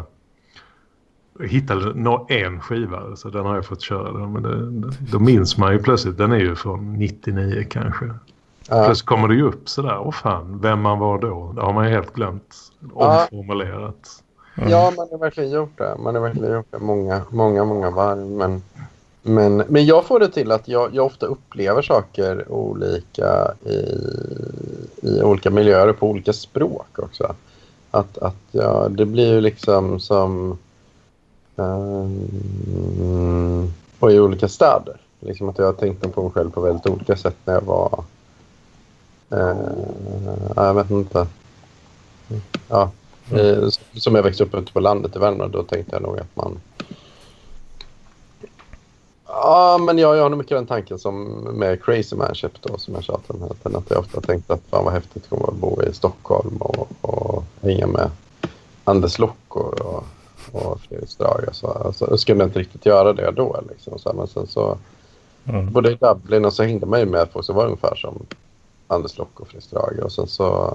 Jag hittade en skiva så den har jag fått köra. Men det, då minns man ju plötsligt, den är ju från nittionio kanske. Ja. Plötsligt kommer det ju upp sådär, åh fan, vem man var då. Det har man ju helt glömt. Omformulerat. Mm. Ja, man har verkligen gjort det. Man har verkligen gjort det många, många, många varv. Men, men, men jag får det till att jag, jag ofta upplever saker olika i, i olika miljöer på olika språk också. Att, att ja, det blir ju liksom som um, och i olika städer. Liksom att jag har tänkt på mig själv på väldigt olika sätt när jag var Uh, jag vet inte. Ja, mm. uh, som jag växte upp ute på landet i Värmland, då tänkte jag nog att man... Ja, men jag, jag har nog mycket den tanken som med Crazy Manship då, som jag tjatar om här. Att jag ofta tänkt att fan vad häftigt det kommer att bo i Stockholm och, och hänga med Anders Lockor och, och Fredrik Strage. Så alltså, jag skulle inte riktigt göra det då liksom. Så, men sen så mm. både i Dublin och så hängde man ju med folk som var ungefär som Anders Lockor och Fredrik Strage. Och sen så...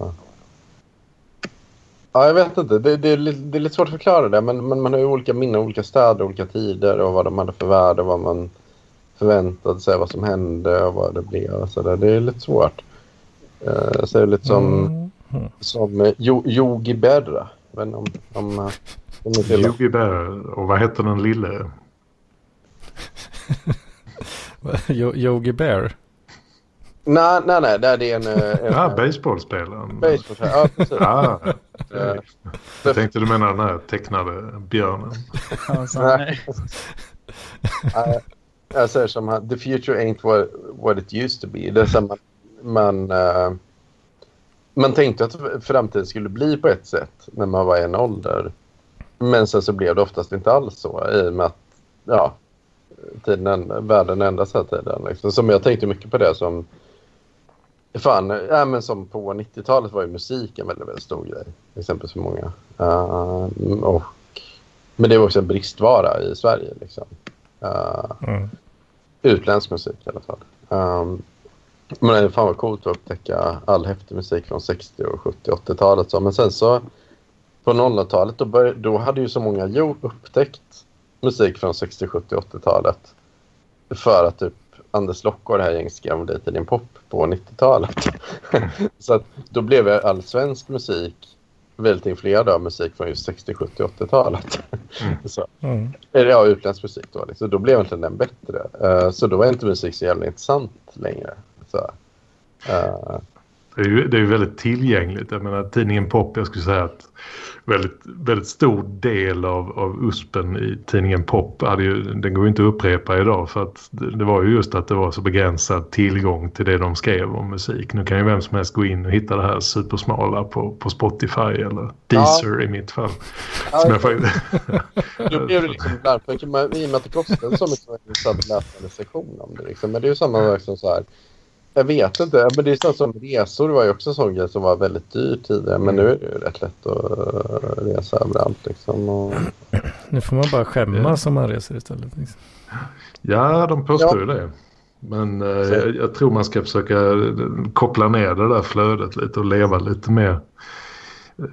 Ja, jag vet inte. Det, det, är, lite, det är lite svårt att förklara det. Men, men man har ju olika minnen, olika städer, olika tider och vad de hade för värde, vad man förväntade sig, vad som hände och vad det blev. Och så där. Det är lite svårt. Uh, så är det lite som, mm. som uh, Yogi Berra. Men om, om, om, om Yogi Berra. Och vad heter den lille? Yogi Bear? Nej, nej, nej. Det är en... en ja, baseballspelaren. Baseballspelaren, ja, precis. Ah, jag tänkte du menar den här tecknade björnen. Nej. Jag säger som här, the future ain't what, what it used to be. Det är som man, man, uh, man tänkte att framtiden skulle bli på ett sätt när man var i en ålder. Men sen så blev det oftast inte alls så. I och med att, ja, tiden, världen ändras hela tiden. Liksom. Som jag tänkte mycket på det som fan, ja, men som på nittiotalet var ju musiken väldigt, väldigt stor grej. Exempelvis för många. Uh, och, men det var också en bristvara i Sverige. Liksom. Uh, mm. Utländsk musik i alla fall. Um, men det fan var coolt att upptäcka all häftig musik från sextio-, sjuttio-, åttiotalet. Så. Men sen så på nolltalet då, började, då hade ju så många jo upptäckt musik från sextio-, sjuttio-, åttiotalet. För att typ Anders Lockor, det här gänget, skrev lite din pop på nittiotalet. Så att då blev all svensk musik väldigt influerad av musik från just sextio-, sjuttio-, åttiotalet. Mm. Så. Mm. Ja, utländsk musik då. Liksom. Då blev inte den bättre. Uh, så då var inte musik så jävla intressant längre. Så, uh. Det är ju det är ju väldigt tillgängligt. Jag menar, tidningen Pop, jag skulle säga att väldigt, väldigt stor del av, av uspen i tidningen Pop hade ju, den går ju inte att upprepa idag, för att det, det var ju just att det var så begränsad tillgång till det de skrev om musik. Nu kan ju vem som helst gå in och hitta det här supersmala på, på Spotify eller Deezer, ja. I mitt fall. Ja, som jag faktiskt... Då blev det liksom därför, i och med att det kostade så mycket att läsa en sektion om det liksom. Men det är ju samma sak som så här. Jag vet inte, men det är sånt som resor var ju också en sån grej som var väldigt dyr tidigare. Men nu är det ju rätt lätt att resa överallt liksom. Och... Nu får man bara skämmas om man reser istället. Liksom. Ja, de påstår ju ja. det. Men eh, jag, jag tror man ska försöka koppla ner det där flödet lite och leva lite mer eh,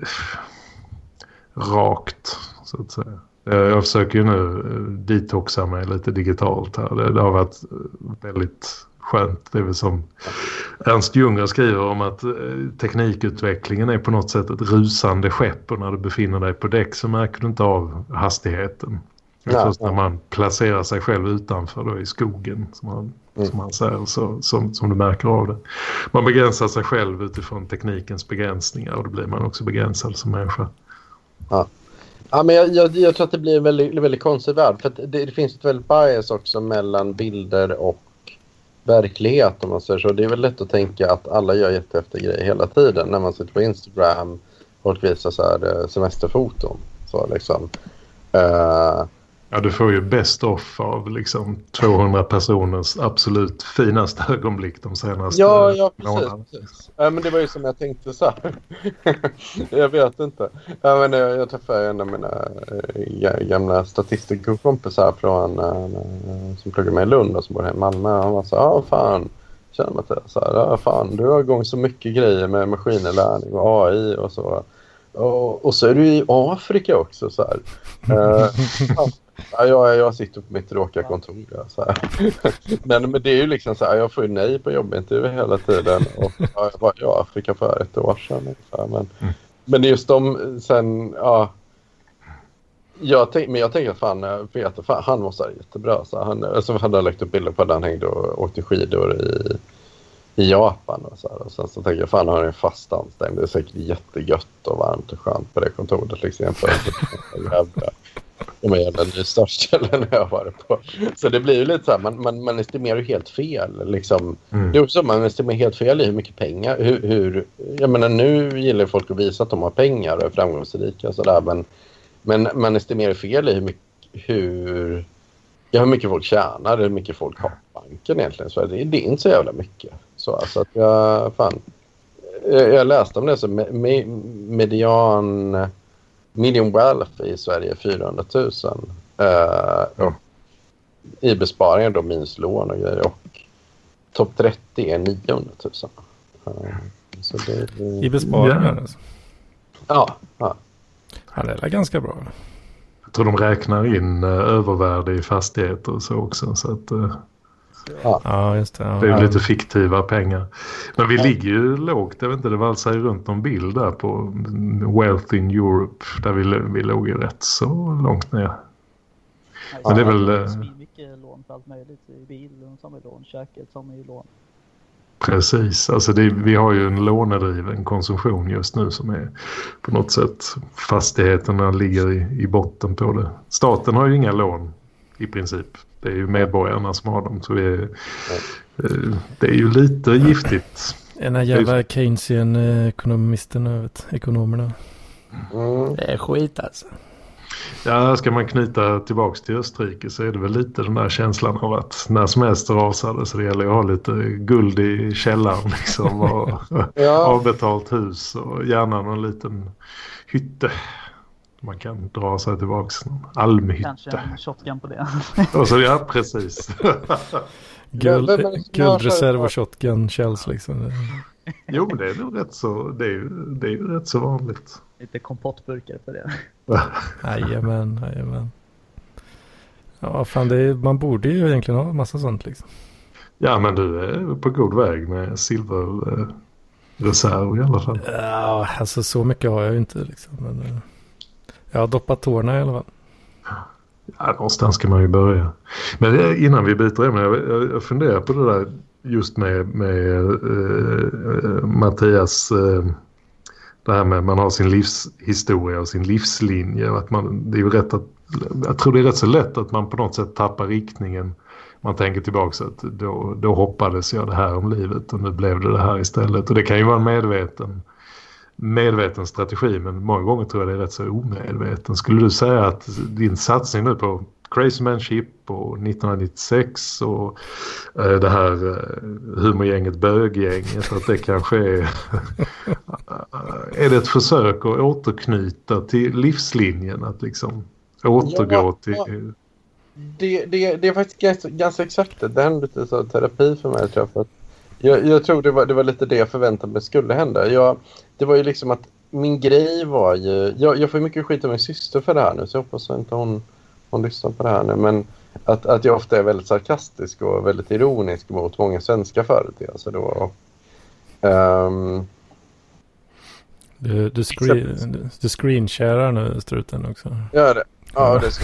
rakt, så att säga. Jag försöker ju nu detoxa mig lite digitalt här. Det, det har varit väldigt... skönt. Det är väl som Ernst Junger skriver om att teknikutvecklingen är på något sätt ett rusande skepp, och när du befinner dig på däck så märker du inte av hastigheten. Ja, först när man placerar sig själv utanför då i skogen, som man, mm. som man säger, så, som, som du märker av det. Man begränsar sig själv utifrån teknikens begränsningar, och då blir man också begränsad som människa. Ja. Ja, men jag, jag, jag tror att det blir en väldigt, väldigt konstig värld, för att det, det finns ett väldigt bias också mellan bilder och verklighet, om man säger så. Det är väl lätt att tänka att alla gör jättehäftiga grejer hela tiden. När man sitter på Instagram, folk visar så här semesterfoton. Så liksom. Uh, ja, du får ju best off av liksom tvåhundra personers absolut finaste ögonblick de senaste ja, ja, månaderna. Precis. Ja, men det var ju som jag tänkte så här. Jag vet inte. Ja, men jag, jag träffade en av mina äh, gamla statistikerkompisar från äh, som pluggade med i Lund och som bor här i Malmö. Han var så här, ja fan, känner man till så här, ja fan, du har igång så mycket grejer med maskininlärning och A I och så. Och, och så är du i Afrika också så här. uh, ja, jag, jag sitter på mitt tråkiga kontor där, så här. men, men det är ju liksom så här, jag får ju nej på jobbintervju hela tiden, och jag var i Afrika för ett år sedan så här, men, mm. men just de sen, ja jag tänk, men jag tänker att fan, Peter, fan, han måste vara jättebra så han, alltså, hade jag lagt upp bilder på att han hängde och åkte skidor i i Japan och så här. Och sen så tänker jag, fan, har en fast anställning. Det är säkert jättegött och varmt och skönt på det kontoret liksom. Jävla de här jävla nystartställen jag har varit på. Så det blir ju lite så här, man, man, man estimerar ju helt fel. Liksom. Mm. Det är också man estimerar helt fel i hur mycket pengar. Hur, hur, jag menar, nu gillar folk att visa att de har pengar och är framgångsrika och sådär. Men, men man estimerar fel i hur mycket, hur, ja, hur mycket folk tjänar, hur mycket folk har på banken egentligen. Så det, det är inte så jävla mycket. Så alltså att jag, fan, jag, jag läste om det så med, med, median... Medium wealth i Sverige är fyrahundratusen uh, och i besparingar då minus lån och grejer, och topp trettio är niohundratusen. Uh, så det, det, I besparingar yeah. alltså? Ja, ja. Ja, det är ganska bra. Jag tror de räknar in uh, övervärde i fastigheter och så också, så att uh, ja. Ja, just det. Ja. Det är ju lite fiktiva pengar. Men vi ligger ju lågt. Jag vet inte, det var alltså runt någon bild där på Wealth in Europe. Där vi, vi låg ju rätt så långt ner. Nej, men det är väl... Det är mycket lån för allt möjligt. I bilen som är lån, köket som är lån. Precis. Alltså det, vi har ju en lånedriven konsumtion just nu som är på något sätt, fastigheterna ligger i, i botten på det. Staten har ju inga lån i princip. Det är ju medborgarna som har dem. Så det är, det är ju lite giftigt. Den här jävla Keynesian-ekonomisterna, vet, ekonomerna. Mm. Det är skit alltså. Ja, ska man knyta tillbaks till Österrike så är det väl lite den där känslan av att när som helst rasade så det gäller att ha lite guld i källaren liksom, och ja. avbetalt hus och gärna någon liten hytte. Man kan dra sig tillbaks någon almhytta. Kanske en shotgun på det. Och så, ja, precis. Guld, guldreserv och shotgun källs liksom. Jo, men det är nog rätt så, det är ju, det är ju rätt så vanligt. Lite kompottburkar på det. Jajamän, jajamän. Ja, fan, det är, man borde ju egentligen ha en massa sånt liksom. Ja, men du är på god väg med silverreserv i alla fall. Ja, alltså så mycket har jag ju inte liksom. Men jag har doppat tårna i alla fall. Ja, någonstans ska man ju börja. Men innan vi byter ämne, jag, jag funderar på det där just med, med uh, Mattias, uh, det här med man har sin livshistoria och sin livslinje. Att man, det är ju rätt att, jag tror det är rätt så lätt att man på något sätt tappar riktningen. Man tänker tillbaka så att då, då hoppades jag det här om livet och nu blev det det här istället. Och det kan ju vara en medveten medveten strategi, men många gånger tror jag det är rätt så omedveten. Skulle du säga att din satsning nu på Crazymanship och nittonhundranittiosex och äh, det här äh, humorgänget Böggänget, att det kanske är är det ett försök att återknyta till livslinjen, att liksom återgå ja, till ja. Det, det, det är faktiskt ganska, ganska exakt det. Det är lite så terapi för mig, tror jag, för att Jag, jag tror det var, det var lite det jag förväntade mig skulle hända. Jag, det var ju liksom att min grej var ju... Jag, jag får mycket skit av min syster för det här nu, så jag hoppas inte hon, hon lyssnar på det här nu. Men att, att jag ofta är väldigt sarkastisk och väldigt ironisk mot många svenska företeelser då. Um, du, du, screen, du, du screensharar nu, struten också. Gör det. Ja, det ska.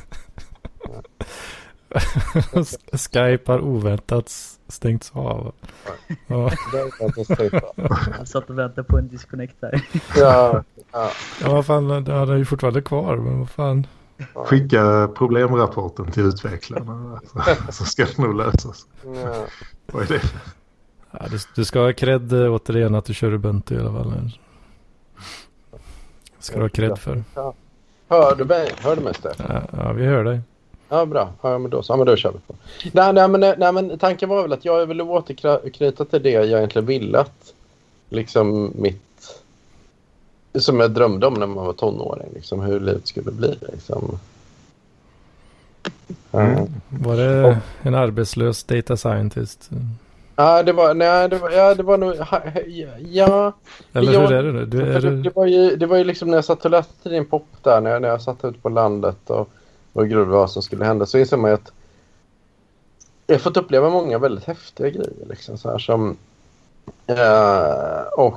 Skype har oväntat stängts av. Ja. Jag satt och väntade på en disconnect här. Ja, ja. Ja, vad fan, det hade ju fortfarande kvar, men vad fan. Skicka problemrapporten till utvecklarna så ska det nog lösas. Ja. Vad är det? Ja, du, du ska ha cred återigen att du kör Ubuntu i alla fall. Ska du ha cred för. Ja. Hör du mig? Hör du mig, Stefan? Ja, ja, vi hör dig. Ja, bra. Ja, men då, ja, men då kör vi på. Nej, nej, men, nej, men tanken var väl att jag ville återknyta till det jag egentligen ville att liksom mitt som jag drömde om när man var tonåring, liksom hur livet skulle bli liksom. Mm. Var det och, en arbetslös data scientist? Ja, det var nej, det var ja, det var nog ja. Eller jag, hur är det nu? Du, är det, det var ju det var ju liksom när jag satt och läste din pop där när jag, när jag satt ute på landet och och grund vad som skulle hända, så inser man ju att jag har fått uppleva många väldigt häftiga grejer liksom, så här som uh, och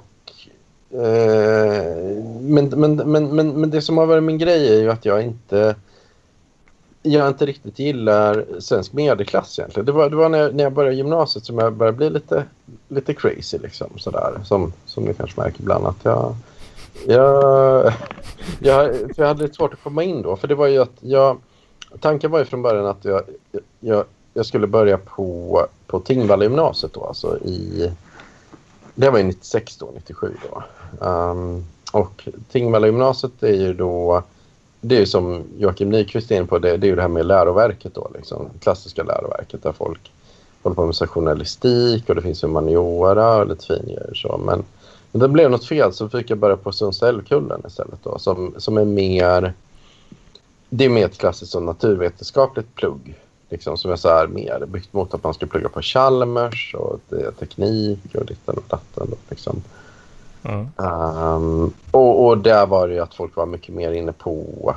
uh, men, men, men, men, men det som har varit min grej är ju att jag inte jag inte riktigt gillar svensk medelklass egentligen. Det var, det var när, jag, när jag började gymnasiet som jag började bli lite, lite crazy liksom, sådär, som, som ni kanske märker ibland, att jag jag, jag, jag hade lite svårt att komma in då. För det var ju att jag... Tanken var ju från början att jag, jag, jag skulle börja på, på Tingvalla gymnasiet då. Alltså i... Det var ju nittiosex då, nittiosju då. Um, och Tingvalla gymnasiet är ju då... Det är ju som Joakim Nyqvist är in på, det, det är ju det här med läroverket då. Liksom, klassiska läroverket där folk håller på med journalistik och det finns humaniora och lite fingrejer så. Men, men det blev något fel så fick jag börja på Sundsvallkullen istället då. Som, som är mer... Det är mer ett klassiskt och naturvetenskapligt plugg. Liksom, som är så här mer byggt mot att man ska plugga på Chalmers och det är teknik och ditten och datten. Liksom. Mm. Um, och, och där var det ju att folk var mycket mer inne på...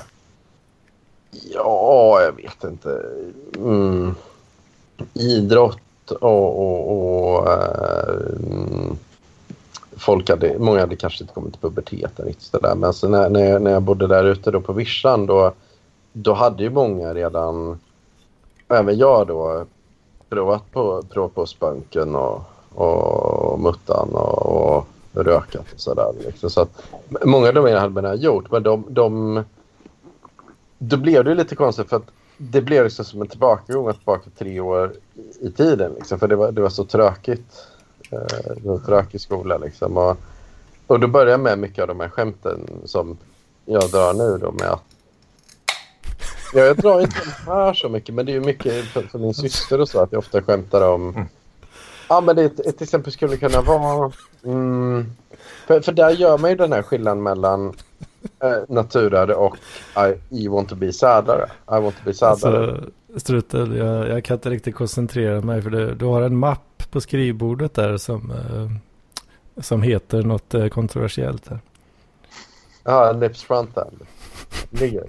Ja, jag vet inte. Mm, idrott och... och, och um, folk hade, många hade kanske inte kommit till puberteten riktigt där. Men alltså när, när, jag, när jag bodde där ute då på Vischan då, då hade ju många redan, även jag då, provat på, provat på spönken och, och muttan och, och rökat och sådär. Liksom. Så att många av dem hade man gjort, men de, de, då blev det ju lite konstigt för att det blev liksom som en tillbakagång tillbaka tre år i tiden. Liksom, för det var, det var så tråkigt. Det var tråkig skola liksom. Och, och då började jag med mycket av de här skämten som jag drar nu då med att ja, jag drar inte de här så mycket, men det är ju mycket för, för min syster och så att jag ofta skämtar om mm. ja men det ett, ett exempel skulle kunna vara mm, för, för där gör man ju den här skillnaden mellan äh, naturare och I, I want to be sadare. I want to be sadare. Alltså, Strutel, jag, jag kan inte riktigt koncentrera mig för det, du har en mapp på skrivbordet där som, eh, som heter något eh, kontroversiellt här. Ja, lips front end. Ligger.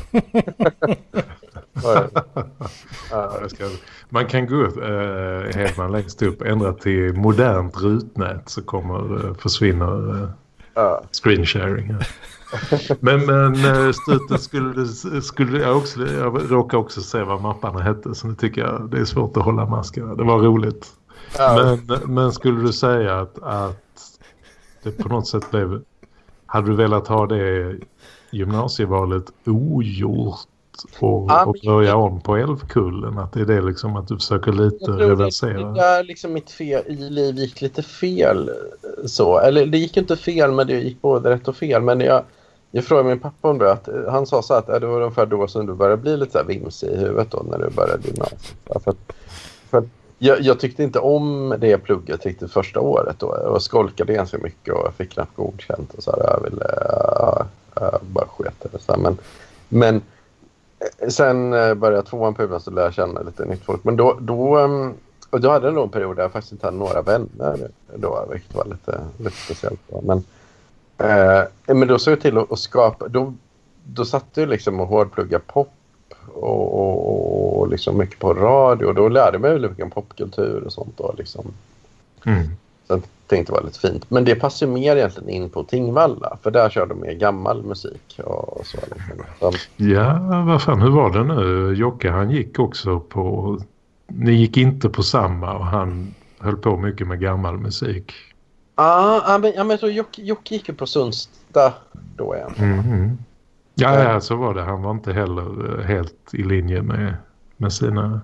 Jag ska, man kan gå upp eh, Hedman längst upp, ändra till modernt rutnät så kommer eh, försvinner eh, uh. screen sharing här. Men, men Struten skulle, skulle jag också, jag råkar också se vad mapparna hette så nu tycker jag det är svårt att hålla masken. Det var roligt. Ja. Men, men skulle du säga att, att det på något sätt blev, hade du velat ha det gymnasievalet ogjort och, ja, och börja om på Älvkullen, att det är det liksom att du försöker lite reversera? Det är liksom mitt fel, i liv gick lite fel så, eller det gick inte fel men det gick både rätt och fel, men jag Jag frågade min pappa om det, att han sa så att det var ungefär då som du började bli lite så här vimsig i huvudet då när du började gymnasiet. För att, för att jag, jag tyckte inte om det plugget riktigt första året då. Jag skolkade ganska mycket och jag fick knappt godkänt och så här, jag ville uh, uh, bara sketa det så här. Men, men sen började jag tvåan på huvudet och lärde känna lite nytt folk. Men då, då, um, och då hade jag nog en period där jag faktiskt inte hade några vänner då, vilket var lite, lite speciellt då. Men Eh, men då såg jag till att, att skapa, då, då satt jag liksom och hårdplugga pop och, och, och liksom mycket på radio och då lärde jag mig mycket om popkultur och sånt då liksom. Mm. Så jag tänkte det var lite fint. Men det passar ju mer egentligen in på Tingvalla för där körde de mer gammal musik och så liksom. Så. Ja, vad fan, hur var det nu? Jocke, han gick också på, ni gick inte på samma och han höll på mycket med gammal musik. Ah, men, ja, men så Jocke, Jocke gick ju på Sundsta då igen. Mm-hmm. Ja, ja, så var det. Han var inte heller helt i linje med, med sina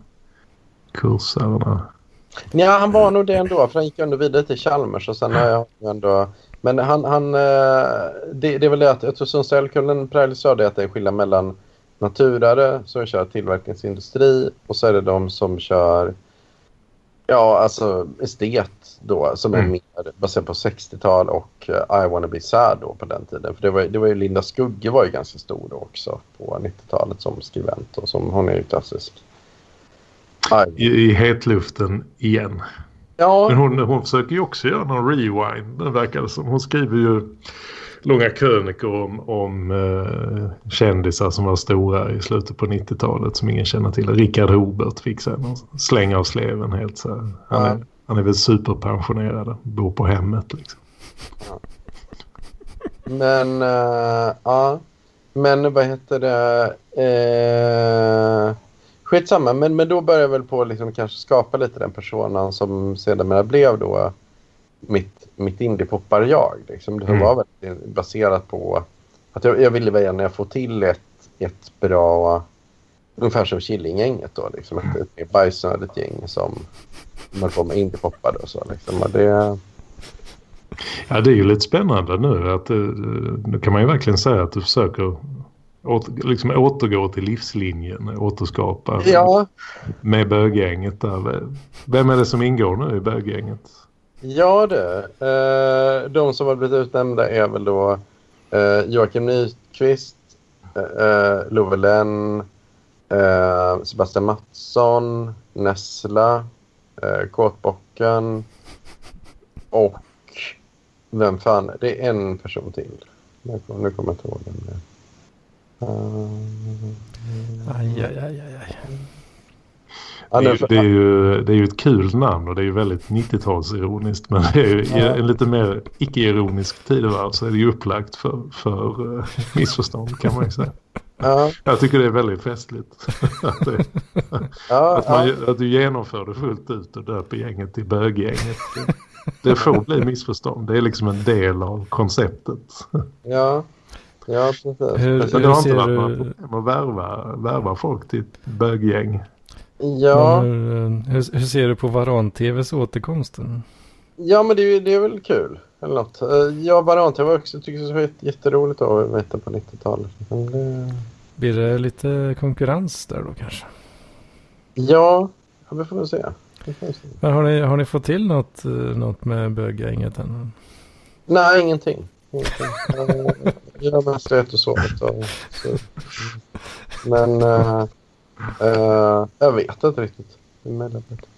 kurser. Ja, han var nog det ändå. För han gick ändå vidare till Chalmers och sen har jag ändå... Men han... han det, det är väl det att jag tror Sundsvallkullen präglas sa det att det är skillnad mellan naturare som kör tillverkningsindustri och så är det de som kör... Ja, alltså estet då, som är mm. mer baserat på sextiotal och uh, I wanna be sad då på den tiden. För det var, det var ju Linda Skugge var ju ganska stor då också på nittiotalet som skribent och som hon är ju klassisk. I, I hetluften igen. Ja. Men hon, hon försöker ju också göra någon rewind. Det verkar som. Hon skriver ju långa krönikor om, om uh, kändisar som var stora i slutet på nittiotalet som ingen känner till. Rickard Hobert fick sig en släng av sleven helt så. Han, ja. är, han är väl superpensionerad, bor på hemmet liksom. Ja. Men uh, ja, men vad heter det? Uh, skitsamma, men, men då började jag väl på liksom kanske skapa lite den personen som sedermera blev då mitt, mitt indie-poppar-jag. Liksom. Det Mm. var väldigt baserat på att jag, jag ville gärna få till ett, ett bra, ungefär som Killinggänget då, liksom, ett, ett mer bajsnödigt gäng som man får med indie-poppar och så. Liksom. Och det... Ja, det är ju lite spännande nu. Att, nu kan man ju verkligen säga att du försöker åter, liksom återgå till livslinjen, återskapa Ja. med böggänget där. Vem är det som ingår nu i böggänget? Ja, det. Eh, de som har blivit utnämnda är väl då eh, Joakim Nyqvist, eh, Love Lenn, eh, Sebastian Mattsson, Nessla, eh, Kåtbocken och vem fan, det är en person till. Nu kommer, nu kommer jag inte ihåg den. Uh, Aj, aj, aj, aj, aj. Det är, ju, det, är ju, det är ju ett kul namn och det är ju väldigt nittiotalsironiskt, men det är ju i en lite mer icke-ironisk tidevarv så är det ju upplagt för, för uh, missförstånd, kan man ju säga. Ja. Jag tycker det är väldigt festligt att, det, ja, att, man, ja. att du genomför det fullt ut och döper gänget till böggänget. Det får bli missförstånd. Det är liksom en del av konceptet. Ja, ja precis. Hur, Så hur det har inte ser varit du... några problem att värva, värva folk till ett böggäng. Ja. Men, hur, hur ser du på Varan-tvs återkomst? Ja, men det är, det är väl kul. Eller något. Ja, Varan-tv var också, tycker jag var jätteroligt att veta på nittiotalet. Det... Blir det lite konkurrens där då kanske? Ja, ja vi får väl se. Men har, ni, har ni fått till något, något med böggänget än? Nej, ingenting. ingenting. Jag har mest rätt och sovit. Och, så. Men uh, uh, jag vet inte riktigt. Nej,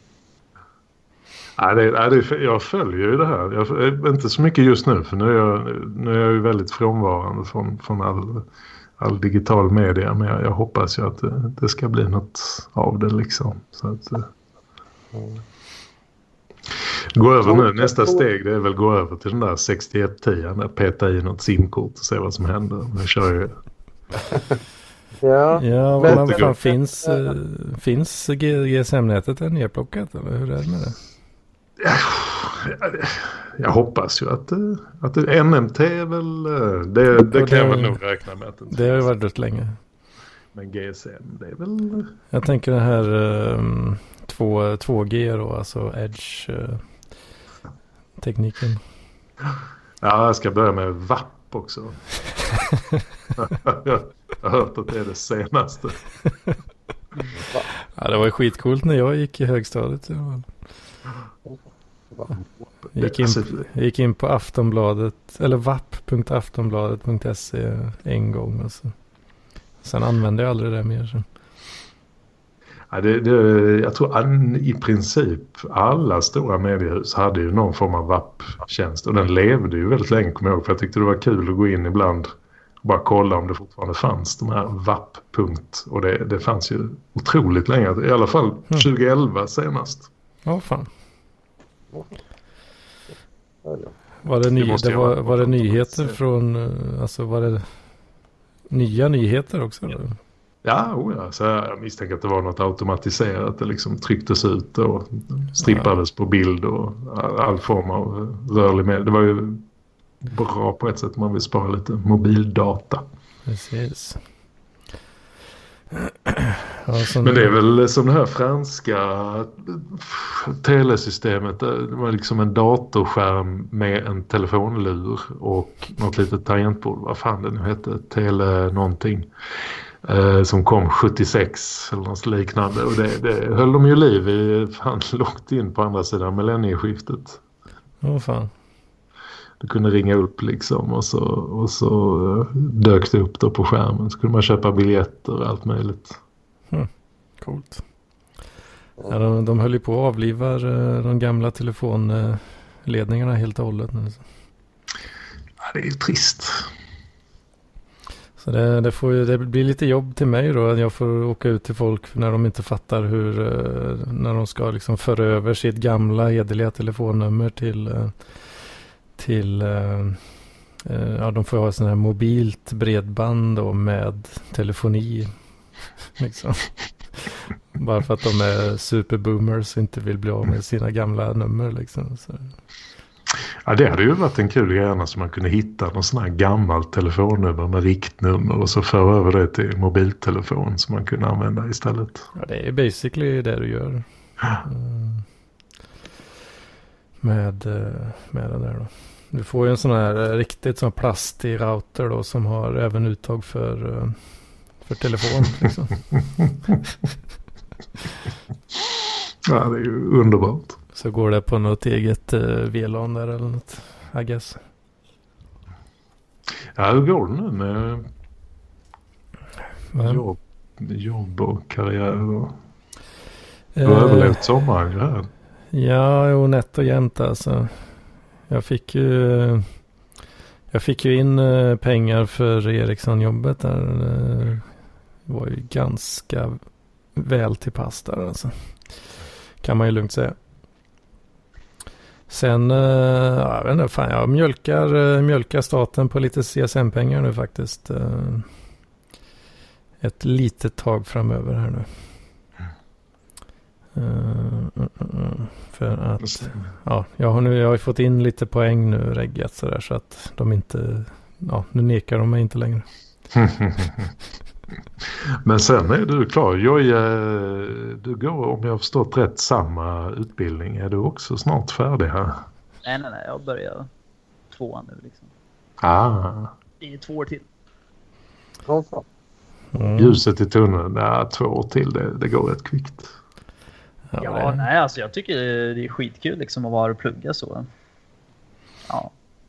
det, nej, det, jag följer ju det här. Jag, inte så mycket just nu, för nu är jag, nu är jag ju väldigt frånvarande från, från all, all digital media. Men jag, jag hoppas ju att det, det ska bli något av det liksom. Så att... Mm. Gå över nu, nästa steg det är väl gå över till den där sextioett tio, peta i något simkort och se vad som händer. Nu kör ju... Ja, ja men vad fan finns, äh, finns G S M-nätet är nedplockat eller hur är det med det? Jag, jag hoppas ju att, att det, N M T är väl, det, det kan det, jag väl nog räkna med. Att det, det har ju varit rätt länge. Men G S M, det är väl... Jag tänker den här um, två G då, alltså Edge uh, tekniken. Ja, jag ska börja med V A P också. Jag har hört att det är det senaste. Ja, det var ju skitcoolt när jag gick i högstadiet. Jag gick in, jag gick in på Aftonbladet, eller vapp punkt aftonbladet punkt se en gång. Och så. Sen använde jag aldrig det mer. Så. Ja, det, det, jag tror an, i princip alla stora mediehus hade ju någon form av V A P-tjänst. Och den levde ju väldigt länge, kommer jag ihåg. För jag tyckte det var kul att gå in ibland och bara kolla om det fortfarande fanns de här V A P punkt. Och det, det fanns ju otroligt länge. I alla fall tjugoelva senast. Ja, oh, fan. Var det, ny, det var, var det nyheter från, alltså var det nya nyheter också? Ja, ja, oh ja. Så jag misstänker att det var något automatiserat. Det liksom trycktes ut och strippades ja. på bild och all form av rörlig med. Det var ju bra på ett sätt, man vill spara lite mobildata. Precis. Ja, men det är väl som det här franska telesystemet. Det var liksom en datorskärm med en telefonlur och något litet tangentbord. Vad fan det nu hette? Tele någonting. Eh, som kom sjuttiosex eller något liknande. Och det, det höll de ju liv i fan långt in på andra sidan millennieskiftet. Åh oh, fan. Du kunde ringa upp liksom och så, och så uh, dök det upp då på skärmen. Så kunde man köpa biljetter och allt möjligt. Hmm. Coolt. Ja, de, de höll ju på att avliva uh, de gamla telefonledningarna helt och hållet. Nu. Ja, det är ju trist. Så det, det, får ju, det blir lite jobb till mig då. Jag får åka ut till folk när de inte fattar hur, uh, när de ska liksom föra över sitt gamla hederliga telefonnummer till... Uh, till uh, uh, ja, de får ha sån här mobilt bredband då med telefoni liksom. Bara för att de är superboomers och inte vill bli av med sina gamla nummer liksom. Så. Ja, det hade ju varit en kul grej så man kunde hitta någon sån här gammalt telefonnummer med riktnummer och så föra över det till mobiltelefon som man kunde använda istället. Ja, det är basically det du gör. Mm. Med, med det där då. Du får ju en sån här riktigt sån plastig router då som har även uttag för, för telefon liksom. Ja, det är ju underbart. Så går det på något eget uh, V LAN där eller något, I guess. Ja, hur går det nu med jobb, jobb och karriär? Och... Du har uh, överlevt sommaren här. Ja, jo, nätt och jämnt alltså. Jag fick ju jag fick ju in uh, pengar för Ericsson-jobbet där. Det var ju ganska väl till pass där alltså. Kan man ju lugnt säga. Sen, uh, jag vet inte, fan, jag mjölkar, uh, mjölkar staten på lite C S M-pengar nu faktiskt. Uh, ett litet tag framöver här nu. Uh, uh, uh, för att, ja, jag har nu, jag har fått in lite poäng nu reggat sådär så att de inte, ja, nu nekar de mig inte längre. Men sen är du klar. Jag är, du går, om jag har förstått rätt, samma utbildning. Är du också snart färdig här? Nej, nej, nej. Jag börjar tvåan nu liksom. Ah. Det är två år till. Mm. Ljuset i tunneln, nej, två år till. Det, det går rätt kvickt. Ja, ja det... nej, alltså jag tycker det är skitkul liksom att vara och plugga så. Ja.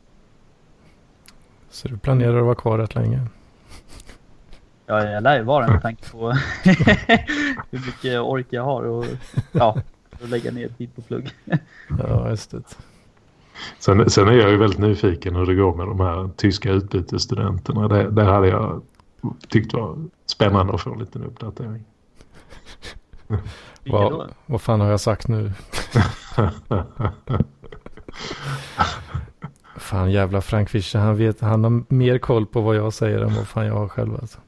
Så du planerar att vara kvar rätt länge? Ja, jag lär ju vara med tanke på hur mycket ork jag har och ja, att lägga ner tid på plugg. Ja, just det. Sen, sen är jag ju väldigt nyfiken hur det går med de här tyska utbytesstudenterna. Det, det hade jag tyckt var spännande att få en liten uppdatering. Vad, vad fan har jag sagt nu? Fan, jävla Frank Fischer, han vet, han har mer koll på vad jag säger än vad fan jag har själv alltså.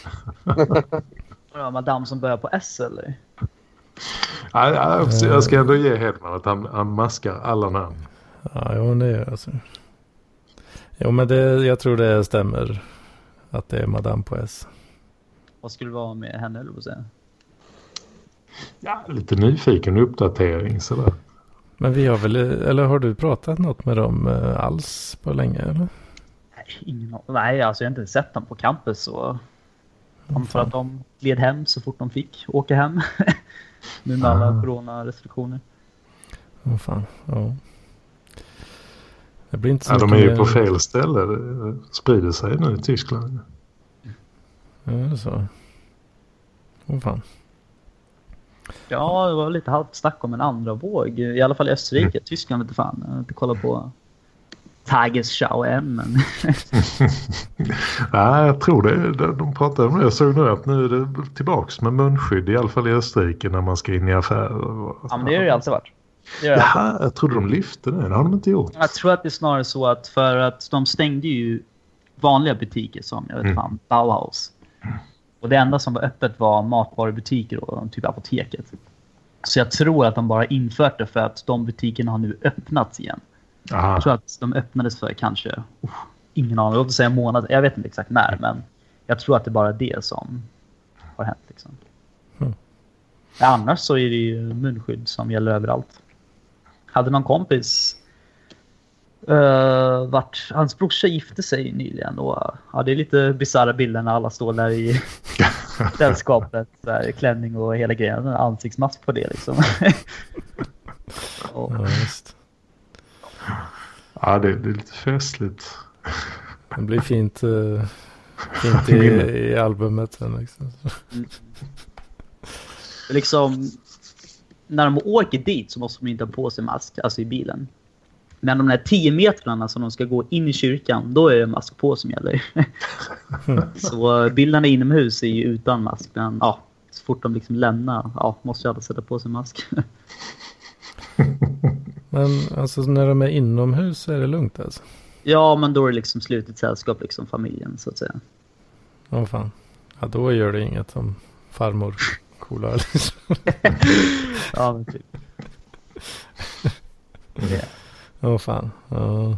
Ja, madame som börjar på S eller? Ja, ja, jag ska ändå ge Hedman att han, han maskar alla namn. Ja, jo, det är alltså. Jo, men det, jag tror det stämmer att det är madame på S. Vad skulle det vara med henne eller vad säga? Ja, lite nyfiken uppdatering sådär. Men vi har väl, eller har du pratat något med dem alls på länge eller? Nej, ingen, nej alltså jag har inte sett dem på campus så om för att de led hem så fort de fick åka hem. Nu med alla ah. coronarestriktioner. Åh oh, fan, ja. Det blir inte så ja, mycket de är ju mer... på fel ställe. Det sprider sig nu i Tyskland. Ja, det är så. Åh oh, fan. Ja, det var lite halvt snack om en andra våg. I alla fall i Österrike. Mm. Tyskland vet inte fan. Jag har inte kollat på Tagesschau än. Men... Nej, jag tror det. De pratar om det. Jag såg nu att nu är det tillbaks med munskydd. I alla fall i Österrike när man ska in i affärer. Ja, men det har ju alltid varit. Ja, jag trodde de lyfte det. Det har de inte gjort. Jag tror att det är snarare så att för att de stängde ju vanliga butiker som, jag vet mm. fan, Bauhaus. Och det enda som var öppet var matvarubutiker och typ apoteket. Så jag tror att de bara infört det för att de butikerna har nu öppnats igen. Aha. Jag tror att de öppnades för kanske, uh, ingen aning, låt oss säga månad. Jag vet inte exakt när, men jag tror att det är bara det som har hänt. Liksom. Mm. Annars så är det ju munskydd som gäller överallt. Hade någon kompis Uh, vart, hans brorsa gifte sig nyligen och uh, ja, det är lite bizarra bilder när alla står där i sällskapet, där, klänning och hela grejen, en ansiktsmask på det liksom. och, ja, just. Ja, det, det är lite festligt. Det blir fint, uh, fint i, i albumet sen liksom. Mm. Liksom när de åker dit så måste de inte ha på sig mask, alltså i bilen. Men de där tio metrarna som de ska gå in i kyrkan, då är det mask på som gäller. Så bilderna inomhus är ju utan mask. Men ja, så fort de liksom lämnar, ja, måste ju alla sätta på sig mask. Men alltså när de är inomhus så är det lugnt alltså? Ja, men då är det liksom slutet sällskap, liksom familjen så att säga. Åh fan. Ja, då gör det inget om farmor coola liksom. Ja, men typ. Yeah. Åh oh, fan. Ja,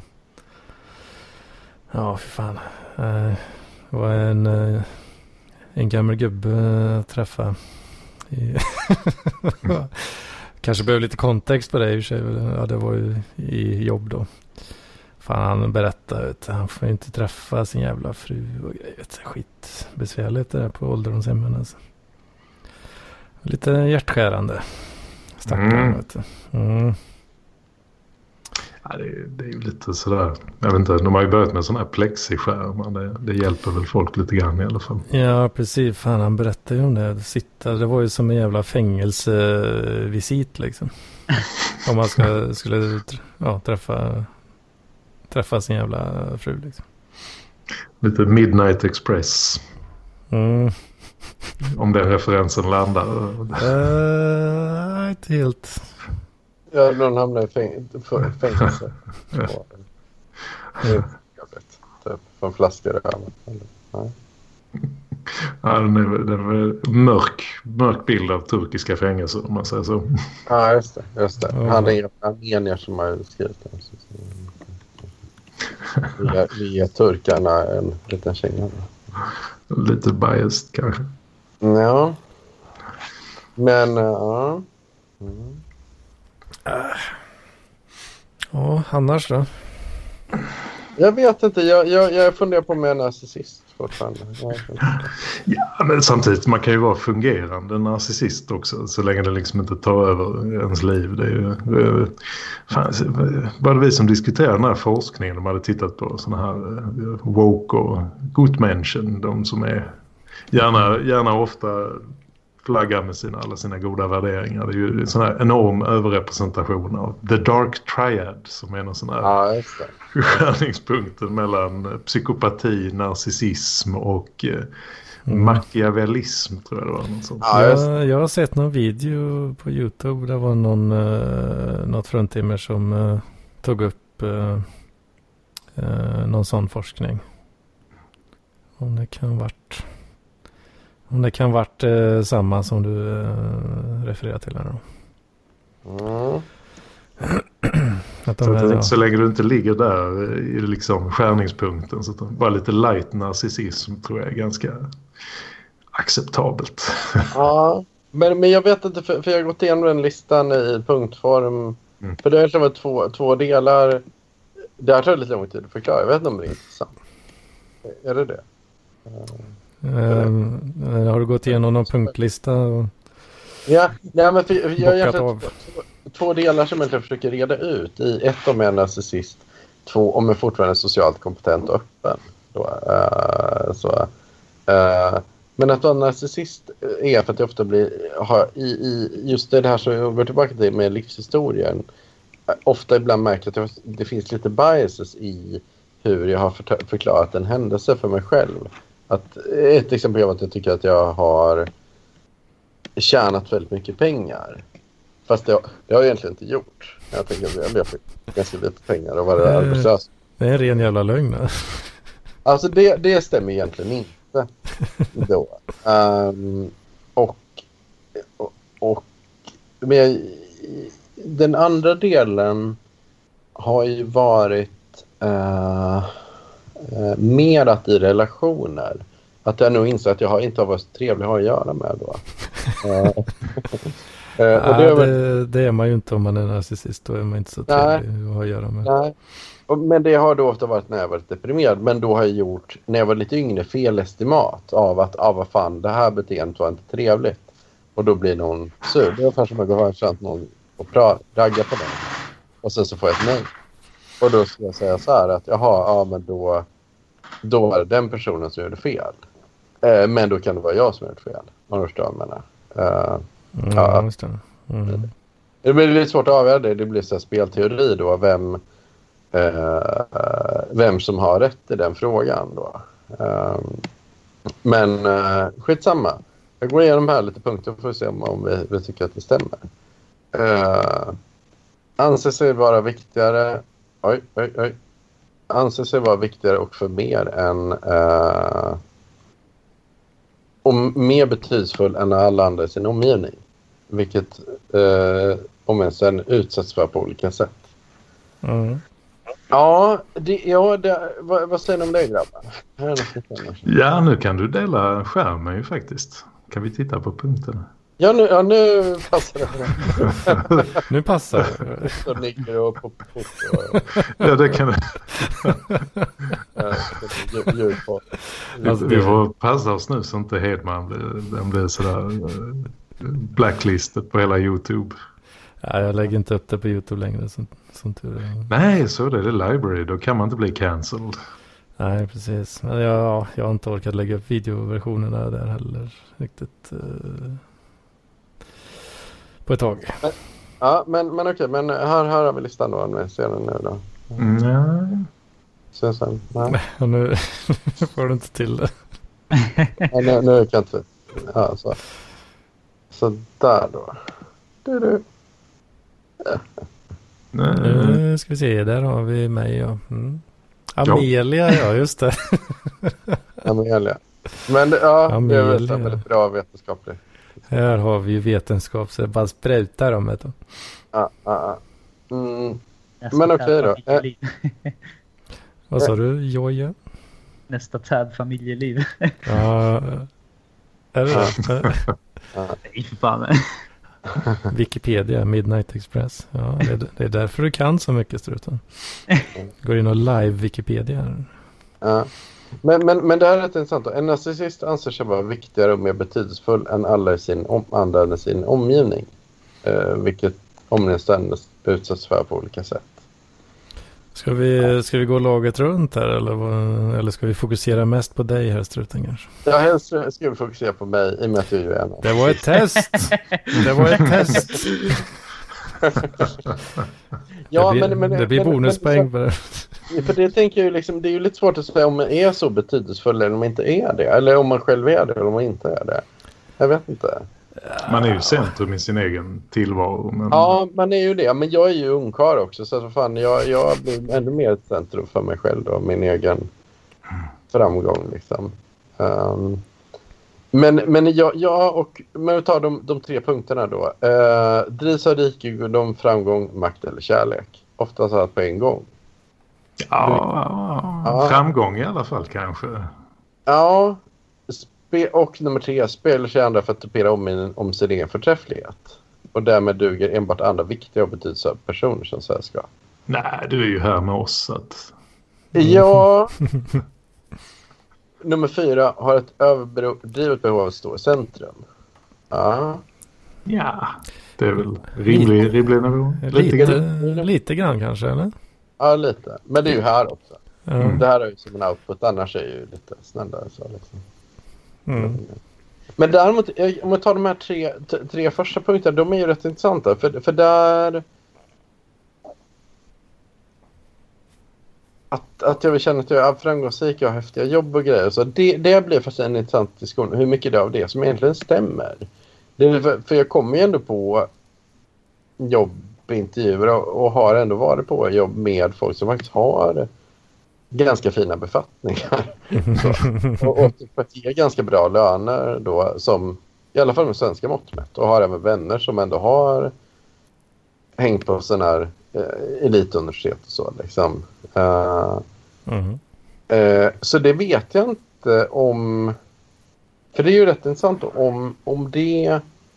ja för fan. Det var en, en gammal gubbe att träffa. Kanske behöver lite kontext på det i och för sig. Ja, det var ju i jobb då. Fan, han berättade att han får inte träffa sin jävla fru och grejer. Skit besvärligt det där på ålderdomshemmen alltså. Lite hjärtskärande. Stackaren, mm. vet du. Mm. Ja, det, är, det är ju lite sådär. Jag vet inte, de har ju börjat med sån här plexiskärmar. Det, det hjälper väl folk lite grann i alla fall. Ja, precis. Fan, han berättade ju om det. Sitta, det var ju som en jävla fängelsevisit liksom. Om man ska, skulle ja, träffa, träffa sin jävla fru liksom. Lite Midnight Express. Mm. Om den referensen landar. Uh, inte helt. Ja, någon hamnar i fäng- fängelse. Ja. Typ för en flaska i röven. Nej. Ja, den är, den är mörk, mörk bild av turkiska fängelser om man säger så. Ja, just det. Just det. Oh. Han är armenier som har skrivit det. Vi ger, vi ger turkarna en liten känga. Lite biased kanske. Ja. Men, ja. Uh, mm. Uh. Ja, annars då? Jag vet inte. Jag, jag, jag funderar på med narcissist fortfarande. Ja, men samtidigt, man kan ju vara fungerande narcissist också. Så länge det liksom inte tar över ens liv. Det är ju, fan, var det vi som diskuterade den här forskningen? De hade tittat på såna här woke och Gutmenschen. De som är gärna, gärna ofta flaggar med sina, alla sina goda värderingar. Det är ju en sån här enorm överrepresentation av The Dark Triad som är någon sån här ja, just det. skärningspunkten mellan psykopati, narcissism och eh, mm. machiavellism tror jag det var. Något sånt. Ja, jag, jag har sett någon video på YouTube. Det var någon uh, något fruntimmer som uh, tog upp uh, uh, någon sån forskning. Om det kan varit Om det kan varit eh, samma som du eh, refererar till här då. Mm. Att de så, här, ja. Så länge du inte ligger där i liksom skärningspunkten. Så bara lite light narcissism tror jag är ganska acceptabelt. Ja, men, men jag vet inte, för, för jag har gått igenom den listan i punktform. Mm. För det har varit två, två delar. Det här tar lite lång tid att förklara. Jag vet inte om det är intressant. Är det det? Um, har du gått igenom någon punktlista? Och ja, nej, men för, jag, jag, jag två, två delar som jag försöker reda ut. I ett om en narcissist, två om en fortfarande socialt kompetent och öppen. Då, uh, så, uh, men att vara narcissist är för att jag ofta blir har, i, i just det här som jag går tillbaka till med livshistorien. Ofta ibland märker att jag, det finns lite biases i hur jag har för, förklarat en händelse för mig själv. Att, ett exempel är att jag tycker att jag har tjänat väldigt mycket pengar. Fast det, det har jag egentligen inte gjort. Jag tänker att jag fick ganska lite pengar och var det arbetslös. Det är en ren jävla lögn. Alltså det, det stämmer egentligen inte. Då. Um, och, och, och men den andra delen har ju varit Uh, uh, mer att i relationer att jag nog inser att jag har inte har varit så trevlig att ha att göra med då. uh, uh, ja, det, det, det är man ju inte om man är narcissist. Då är man inte så trevlig nej, att ha att göra med. Nej. Men det har då ofta varit när jag varit deprimerad. Men då har jag gjort, när jag var lite yngre, felestimat av att ah, vad fan, det här beteendet var inte trevligt. Och då blir någon sur. Det är ungefär som att jag har känt någon och pra- ragga på den. Och sen så får jag ett nej. Och då ska jag säga så här att jaha, ja men då, då var det den personen som gjorde fel. Eh, men då kan det vara jag som gjorde fel. Om du förstår vad jag menar. Eh, mm, ja, just det. Mm. Det blir lite svårt att avgöra det. Det blir så här spelteori då. Vem, eh, vem som har rätt i den frågan då. Eh, men eh, skitsamma. Jag går igenom här lite punkter för att se om, om vi, vi tycker att det stämmer. Eh, anser sig vara viktigare... Oj, oj, oj. Anser sig vara viktigare och för mer än uh, och mer betydelsefull än alla andra i sin omgivning. Vilket uh, om en sen utsätts för på olika sätt. Mm. Ja, det, ja det, vad, vad säger ni om det, grabbar? Ja, nu kan du dela skärmen ju faktiskt. Kan vi titta på punkterna? Ja, nu, ja, nu passar det. Nu passar det. Så nickar och på på. Ja, det kan du. Alltså, Vi får passa oss nu så inte Hedman blir, den blir sådär blacklisted på hela YouTube. Ja, jag lägger inte upp det på YouTube längre som, som tur är. Nej, så är det. Det är library. Då kan man inte bli cancelled. Nej, precis. Men jag, jag har inte orkat lägga upp videoversionerna där heller riktigt uh, på ett tag. Ja, men, men okej. Men här, här har vi listan då. Om vi ser den nu då. Nej. Så sen. Nej. Och nu får du inte till det. Ja, nu, nu kan jag inte. Ja, så. Så där då. Du, du. Nej. Nu ska vi se, där har vi mig. Ja. Mm. Amelia, ja just det. Amelia. Men det, ja, Amelia. Det är väl väldigt bra vetenskaplig. Här har vi ju vetenskap så det bara sprutar om det. Ja, ja, ja. Mm. Nästa Men okej då. familjeliv. Vad sa du, Joja? Nästa tab familjeliv. Ja, är det det? Nej, för fan. Wikipedia, Midnight Express. Ja, det är, det är därför du kan så mycket, struten. Går in och live Wikipedia. Ja. Men, men, men det här är rätt intressant. En narcissist anser sig vara viktigare och mer betydelsefull än alla i sin om, andra i sin omgivning. Eh, vilket omgivningen ständigt utsätts för på olika sätt. Ska vi, ska vi gå laget runt här eller, vad, eller ska vi fokusera mest på dig här, struten kanske? Jag helst ska vi fokusera på mig i och med att du är en. Det var ett test! Det var ett test! Ja, det blir, men, men, det blir men, bonuspoäng men, för det. För det tänker jag ju liksom, det är ju lite svårt att säga om man är så betydelsefull eller om man inte är det. Eller om man själv är det eller om man inte är det. Jag vet inte. Man är ju centrum i sin egen tillvaro. Men... Ja, man är ju det. Men jag är ju ungkarl också. Så att, fan, jag, jag blir ännu mer ett centrum för mig själv och min egen framgång. Liksom. Um, men men jag, jag och men vi tar de, de tre punkterna då. Uh, drivs av rikedom, framgång, makt eller kärlek. Ofta så här på en gång. Ja, ja, framgång i alla fall kanske. Ja, spe- och nummer tre, spelar sig andra för att tupera om, om sin egen förträfflighet. Och därmed duger enbart andra viktiga och betydelsefulla personer som sällskap. Nej, du är ju här med oss. Att... Ja. Nummer fyra, har ett överdrivet behov av att stå i centrum. Ja. Ja, det är väl rimlig, rimlig nivå. Lite, lite, lite grann kanske, eller? Ja, lite. Men det är ju här också. Mm. Det här är ju som en output, annars är det ju lite snällare. Så liksom. Mm. Men däremot, om jag tar de här tre, tre första punkterna, de är ju rätt intressanta. För, för där... Att, att jag vill känna att jag är framgångsrik, jag har häftiga jobb och grejer. Så det, det blir faktiskt en intressant diskussion. Hur mycket det av det som egentligen stämmer. Det är för, för jag kommer ju ändå på jobbintervjuer och, och har ändå varit på jobb med folk som faktiskt har ganska fina befattningar. Så, och, och att ge ganska bra löner då, som i alla fall med svenska mått mätt. Och har även vänner som ändå har hängt på sådana här eh, elituniversitet och så liksom. Uh, mm. uh, så det vet jag inte om, för det är ju rätt intressant om, om det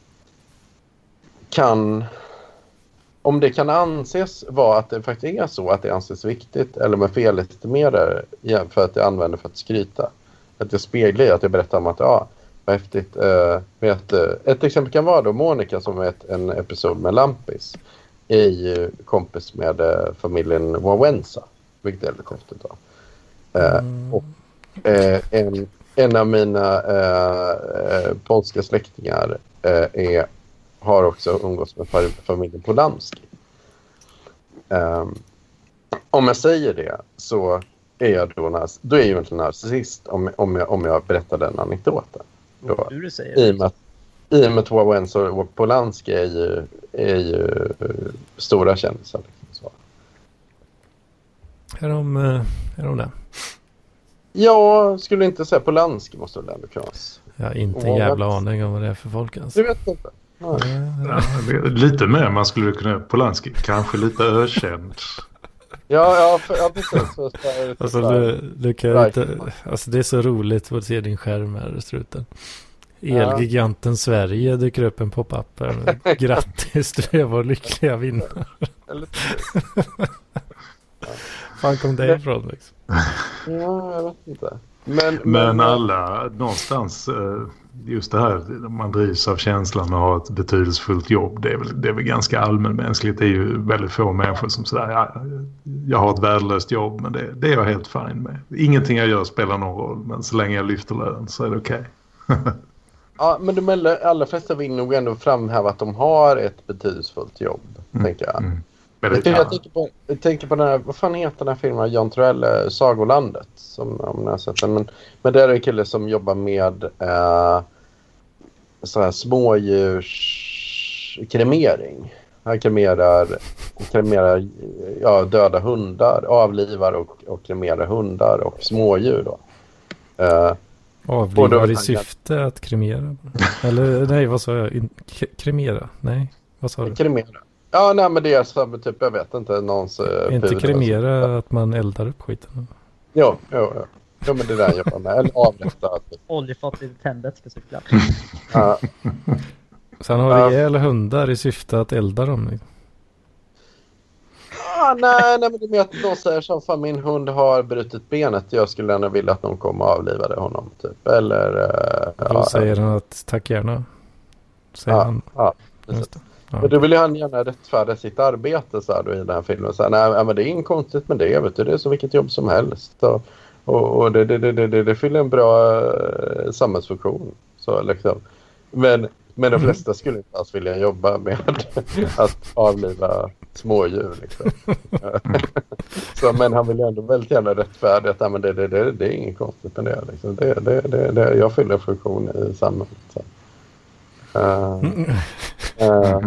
kan om det kan anses vara att det faktiskt är så att det anses viktigt eller med felestimerar för att jag använder för att skryta. Att jag speglar i att jag berättar om att ja, vad häftigt. Uh, vet, uh, ett exempel kan vara då Monica som är ett, en episod med Lampis är ju kompis med uh, familjen Wawensa, vilket är lite häftigt då. Uh, mm. Och uh, en, en av mina uh, uh, polska släktingar uh, är, har också umgåtts med familjen Polanski. Um, om jag säger det så är jag då, nas- då är jag ju inte narcissist om, om, jag, om jag berättar den anekdoten. Då, du säger I och med att, i och med att Wawensa och Polanski är ju, är ju stora kändisar. Liksom, så. Är de, är de det? Jag skulle inte säga Polanski måste väl ändå kras. Jag har inte en jävla aning om vad det är för folk alltså. Du vet inte. Ja, lite mer man skulle kunna Polanski, kanske lite ökänd. Ja, ja, för, ja precis. Så, så, alltså, du, du kan right. inte, alltså det är så roligt att se din skärm här, struten. Elgiganten ja. Sverige dyker upp en pop-up här. Grattis, du är vår lyckliga vinnare. Fan kom det ifrån liksom? Ja, jag vet inte. Men, men, men alla, någonstans, just det här, man drivs av känslan att ha ett betydelsefullt jobb. Det är väl, det är väl ganska allmänmänskligt. Det är ju väldigt få människor som säger ja, jag har ett värdelöst jobb, men det, det är jag helt fine med. Ingenting jag gör spelar någon roll, men så länge jag lyfter lön så är det okej. Okay. Ja, men de allra flesta vill nog ändå framhäva att de har ett betydelsefullt jobb, mm. tänker jag. Mm. Jag, jag, tänker på, jag tänker på den här, vad fan heter den här filmen, Jan Troell, Sagolandet, som, om ni har sett den. Men, men där är en kille som jobbar med eh, så här smådjurskremering. Han kremerar, kremerar ja, döda hundar, avlivar och, och kremerar hundar och smådjur då. Eh, Avlivar i syfte att kremera? Eller nej, vad sa jag? Kremera? Nej, vad sa du? Kremera. Ja, nej, men det är så typ, jag vet inte, någons... Uh, inte kremera att man eldar upp skiten? Jo, jo, jo. Jo, men det där gör man med. Eller avrätta. Typ. Oljefat i tändvätska såklart. Ja. Sen har du ihjäl hundar i syfte att elda dem. Liksom. Ah, nej, nej, men det är med att någon säger så fan, min hund har brutit benet. Jag skulle gärna vilja att någon kommer och avlivade honom, typ. Eller... Uh, Då ja, säger han att tack gärna. Säger ja, han. Ja, just det. Ja. Men då vill han gärna rättfärda sitt arbete så här, då, i den här filmen. Så här, nej, men det är inget konstigt med det, vet du. Det är så vilket jobb som helst. Och, och, och det, det, det, det, det fyller en bra uh, samhällsfunktion. Så, liksom. Men, men de flesta skulle inte alls vilja jobba med att avliva smådjur. Liksom. Så, men han vill ändå väldigt gärna rättfärda att men det, det, det, det är inget konstigt med det. Liksom. det, det, det, det jag fyller funktion i samhället. Så. Uh, uh,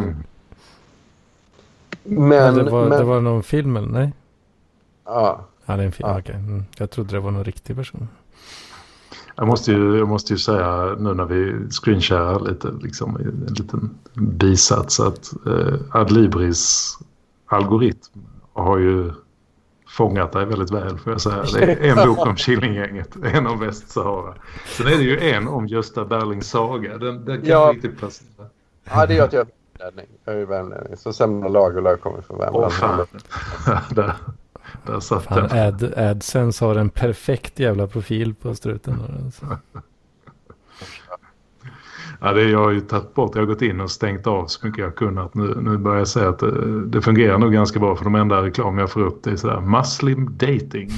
men, det, var, men det var någon film eller nej? Ja. Ja, det är en film, ja. okej. Mm. Jag trodde det var någon riktig person. Jag måste ju, jag måste ju säga nu när vi screensharar lite, liksom en liten bisats att eh, Adlibris algoritm har ju fångat dig väldigt väl, för jag säga. Det är en bok om Killinggänget, en om Västsahara. Sen är det ju en om Gösta Berlings saga. Den, den kan ja. riktigt placera. Ja, det är att jag är värmlänning. Så Sämna Lagerlag kommer från Värmland. Åh fan. där, där satt fan, den. Ad, AdSense har en perfekt jävla profil på struten. Alltså. Ja, det jag har ju tagit bort. Jag har gått in och stängt av så mycket jag kunnat. Nu, nu börjar jag säga att det, det fungerar nog ganska bra, för de enda reklam jag får upp det är sådär Muslim dating.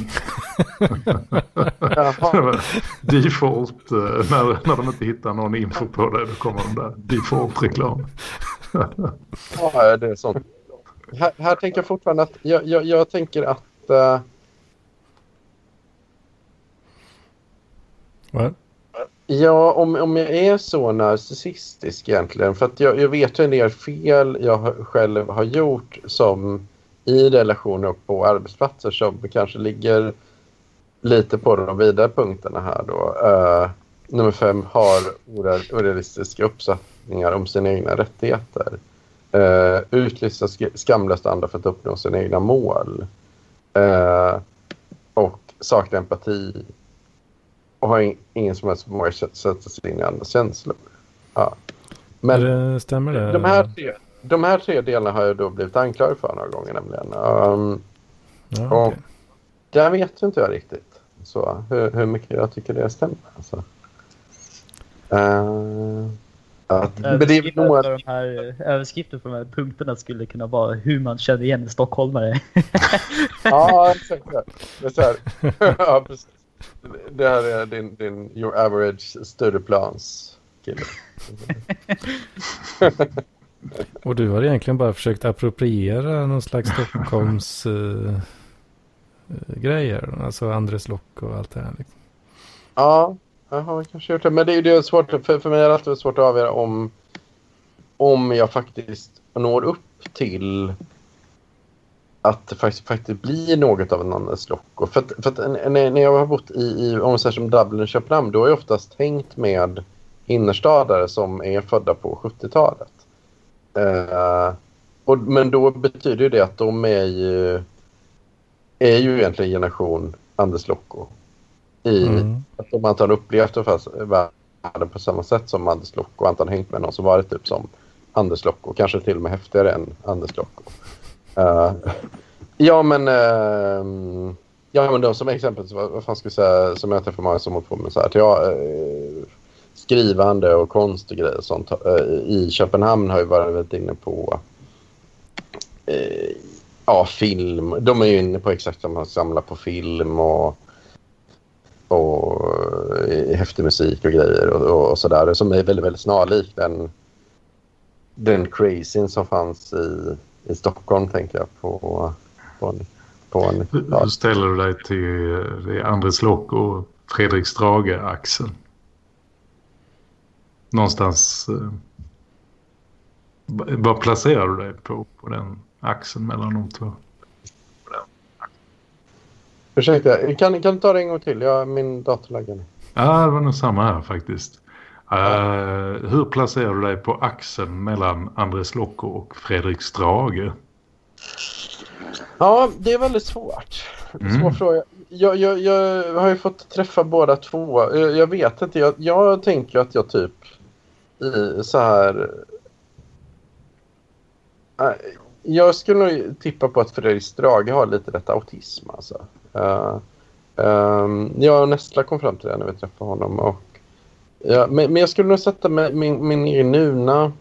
Default, när, när de inte hittar någon info på det, då kommer de där default-reklam. Ja, det är sånt. Här, här tänker jag fortfarande att jag, jag, jag tänker att uh... What? Ja, om, om jag är så narcissistisk egentligen. För att jag, jag vet en del fel jag själv har gjort som i relationer och på arbetsplatser som kanske ligger lite på de vidare punkterna här då. Uh, nummer fem har orealistiska uppsättningar om sina egna rättigheter. Uh, utlysta sk- skamlöst andra för att uppnå sina egna mål. Uh, och sakna empati. Och har in, ingen som helst förmåga att sätta sig in i andra känslor. Ja. Men det stämmer det? De här, tre, de här tre delarna har jag då blivit anklagad för några gånger nämligen. Um, ja, och okay. där vet ju inte jag riktigt så, hur, hur mycket jag tycker det stämmer. Alltså. Uh, att, men det är nog att... de här överskriften på de här punkterna skulle kunna vara hur man känner igen stockholmare. Ja, exakt. Det är så här. Ja, precis. Det här är din, din your average Stureplans kille. Och du har egentligen bara försökt appropriera någon slags Stockholms uh, grejer. Alltså Andres Lock och allt det här. Liksom. Ja, jag har kanske gjort det. Men det är ju svårt, för, för mig är det alltid svårt att avgöra om, om jag faktiskt når upp till att det faktiskt, faktiskt blir något av en annans lock. För att, för att när, när jag har bott i, i om man säger som Dublin och Köpenhamn, då har jag oftast hängt med innerstadare som är födda på sjuttiotalet. Uh, och, men då betyder det att de är ju är ju egentligen generation Anders Lokko. I Mm. att de antagligen upplevt det fast världen på samma sätt som Anders Lokko, antagligen hängt med någon som varit typ som Anders Lokko, kanske till och med häftigare än Anders Lokko. Uh, ja men uh, ja men de som exempel, vad, vad fan ska jag säga, som jag träffar många som håller på med så här, ja, uh, skrivande och konst och grejer och sånt. Uh, I Köpenhamn har ju varit väldigt inne på uh, ja, film. De är ju inne på exakt som att samla på film och och uh, häftig musik och grejer och, och sådär, som är väldigt, väldigt snarlik den den crazyn som fanns i, i Stockholm, tänker jag på, på en, på en ja. Hur ställer du dig till det Anders Lokko och Fredrik Strage-axeln? Någonstans eh, vad placerar du dig på, på den axeln mellan de två? Ursäkta, kan, kan du ta det en gång till? Jag, min dator laggar nu. Ja, det var nog samma här faktiskt. Uh, hur placerar du dig på axeln mellan Anders Lokko och Fredrik Strage? Ja, det är väldigt svårt. Mm. Svår fråga. Jag, jag, jag har ju fått träffa båda två. Jag, jag vet inte, jag, jag tänker att jag typ i så här... Jag skulle nog tippa på att Fredrik Strage har lite detta autism, alltså. Uh, um, jag och Nestla kom fram till det när vi träffade honom. Och, ja, men, men jag skulle nog sätta med min, min egen Nuna.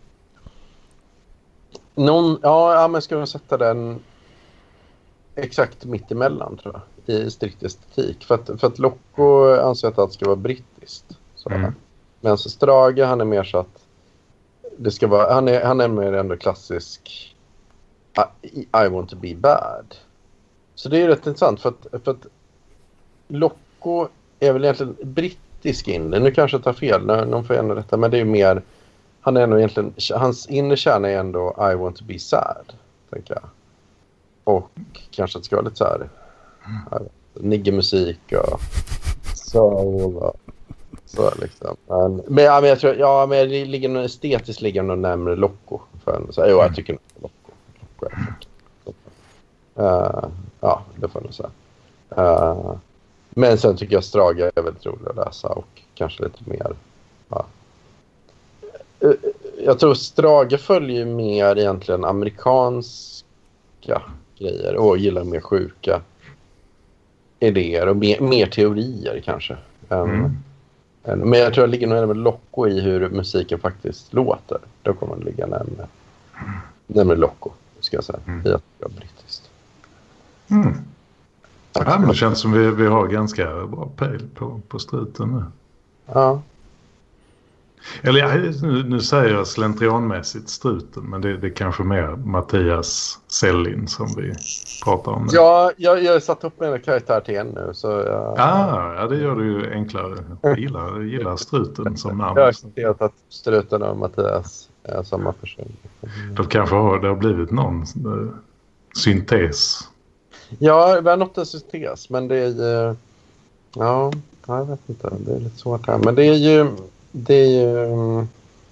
Någon, ja, ja, men jag skulle nog sätta den exakt mitt emellan, tror jag, i strikt estetik. För att, för att Lokko anser att allt ska vara brittiskt. Mm. Men så Strage, han är mer så att det ska vara, han är, han är mer ändå klassisk I, I want to be bad. Så det är rätt intressant för att, för att Lokko är väl egentligen brittisk inne. Nu kanske jag tar fel, någon får ändå detta, men det är mer, han är ändå egentligen, hans inre kärna är ändå I want to be sad, tänker jag. Och kanske att det ska vara lite så här niggermusik och soul och så liksom. Men, men, ja, men jag tror, ja, men det ligger nog estetiskt ligger nog närmare Lokko. För så, jo, jag tycker nog Lokko. Lokko är uh, ja, det får jag säga. Uh, men sen tycker jag Strage är väldigt rolig att läsa och kanske lite mer. Ja. Uh, jag tror Strage följer mer egentligen amerikanska grejer och gillar mer sjuka idéer och mer, mer teorier kanske. Um, mm. Men jag tror det ligger nog med Lokko i hur musiken faktiskt låter. Då kommer det ligga närmare, närmare Lokko, ska jag säga. Mm. I att det är brittiskt. Mm. Ja, men det känns som vi, vi har ganska bra pejl på, på struten nu. Ja. Eller ja, nu, nu säger jag slentrianmässigt struten, men det, det är kanske mer Mattias Sellin som vi pratar om nu. Ja, jag, jag har satt upp en karaktär till en nu. Så jag... ah, ja, det gör det ju enklare. Jag gillar, jag gillar struten som namn. Jag har accepterat att struten och Mattias är samma person. Mm. Det kanske har, det har blivit någon uh, syntes. Ja, vi har nått en syntes, men det är ju... Ja, jag vet inte. Det är lite svårt här. Men det är ju... Det är ju...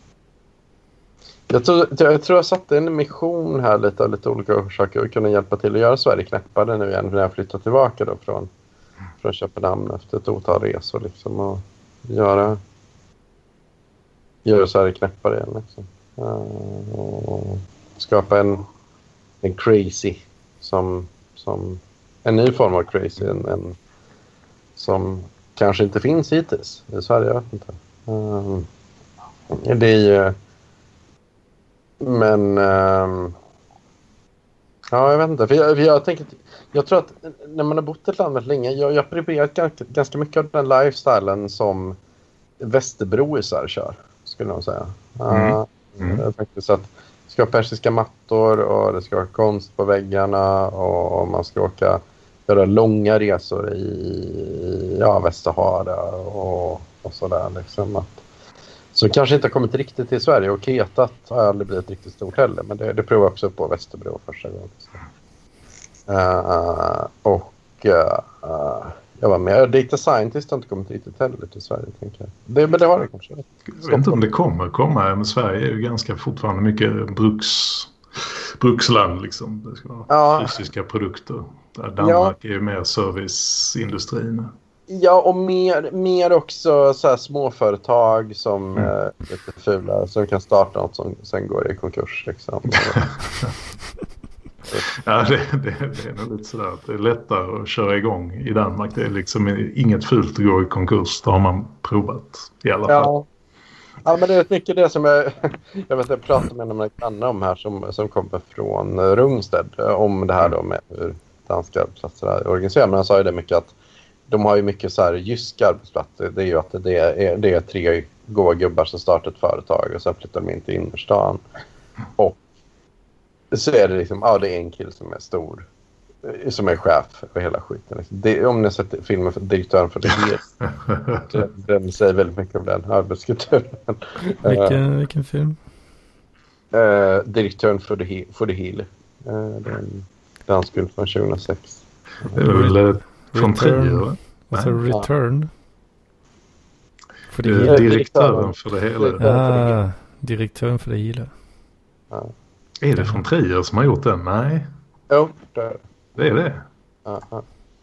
Jag tror, jag tror jag satte en mission här lite av lite olika orsaker och kunna hjälpa till att göra Sverige knäppare nu igen när jag flyttat tillbaka då från, från Köpenhamn efter ett otal resor liksom, och göra, göra Sverige knäppare igen liksom. Och skapa en, en crazy som, som en ny form av crazy, en, en som kanske inte finns hittills i Sverige, jag vet inte. Um, det är ju men um, ja, jag vet inte, för jag, för jag tänker, jag tror att när man har bott i ett land väldigt länge, jag har preparerat ganska, ganska mycket av den lifestylen som Västerbroisar kör, skulle jag säga. Mm. Uh, mm. Jag tänkte så att det ska ha persiska mattor och det ska vara konst på väggarna och man ska åka göra långa resor i ja, Västsahara och, och sådär liksom. Att, så kanske inte har kommit riktigt till Sverige, och Kretat har aldrig blivit riktigt stort heller, men det, det provar jag också på Västerbro första gången. Uh, och uh, jag var med. Data Scientist har inte kommit riktigt heller till Sverige, tänker jag. Det, men det har det kanske. Jag vet inte om det kommer komma, men Sverige är ju ganska fortfarande mycket bruks, bruksland liksom. Det ska vara ja. fysiska produkter. Där Danmark ja. är ju mer serviceindustrin. Ja, och mer, mer också så här småföretag som mm. är lite fula, som kan starta något som sen går i konkurs liksom. Ja, det, det, det är nog lite sådär att det är lättare att köra igång i Danmark. Det är liksom inget fult att gå i konkurs. Det har man provat i alla fall. Ja, ja men det är mycket det som jag, jag vet jag pratade med några grannar om här som, som kommer från Rungsted om det här då med hur danska arbetsplatser är organiserade. Men han sa ju det mycket att de har ju mycket så här jyska arbetsplatser. Det är ju att det är, det är tre goa gubbar som startar ett företag och sen flyttar de in till innerstan. Och så är det liksom, ja det är en kille som är stor, som är chef för hela skiten. Liksom. Det, om ni har sett filmen för direktören för det här, den säger väldigt mycket om den arbetskulturen. Vilken, vilken film? Uh, direktören för det för det hela. Uh, den dansk film från tjugohundrasex. Det är väl från Trier? Alltså Return? För det hela. Direktören för det hela. Ja, direktören för det hela. Ja. Är det från Trier som har gjort den? Nej. Jo, det är det. Det är det? Ja.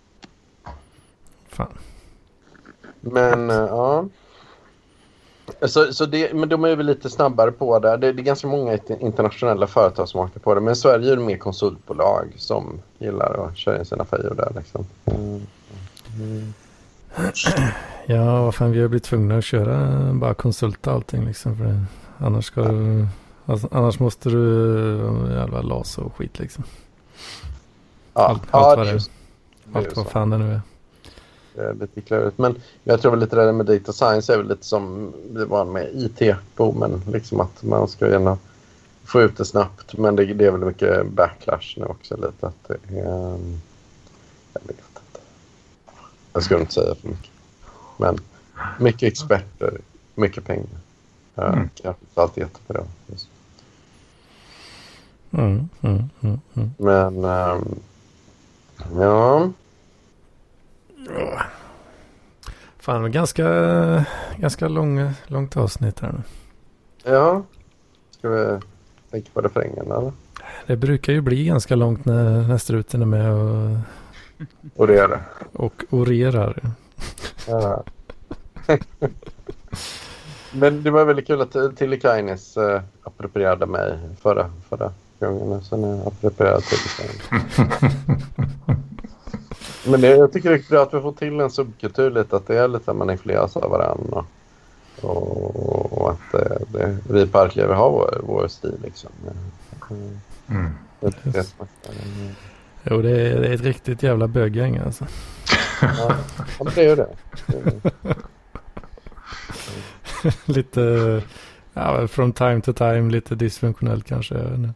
Fan. Men, uh, ja. Så, så det, men de är väl lite snabbare på det. det. Det är ganska många internationella företag som åker på det. Men i Sverige är det mer konsultbolag som gillar att köra in sina färger där. Liksom. Mm. Mm. Ja, vad fan, vi har blivit tvungna att köra bara konsulta allting. Liksom, för det. Annars, ska ja. du, alltså, annars måste du jävla las och skit. Liksom. Ja, allt, ja, allt vad, det, det, det allt vad fan det nu är. Det är lite klurigt. Men jag tror väl lite det där med data science är väl lite som det var med I T-boomen. Liksom att man ska gärna få ut det snabbt. Men det, det är väl mycket backlash nu också. Lite att det är... Um, jag vet inte. Jag ska inte säga för mycket. Men mycket experter, mycket pengar. Mm. Jag har alltid gett på det. Mm, mm, mm, mm. Men... Um, ja... Fan, det är ganska, ganska lång, långt avsnitt här nu. Ja. Ska vi tänka på refrängen eller? Det brukar ju bli ganska långt när, när struten är med och... Och det är det. Och orerar. Ja. Men det var väldigt kul att Tillikainen äh, approprierade mig förra, förra gången. Sen jag approprierade Tillikainen. Men det, jag tycker det är bra att vi får till en subkultur lite. Att det är lite att man influeras av varandra. Och, och att det, det, vi på Arklever har vår, vår stil liksom. Mm. Det, det, jo, det är, det är ett riktigt jävla böggäng alltså. Ja, det är ju det. det, är det. Lite, ja, from time to time, lite dysfunktionellt kanske. Mm.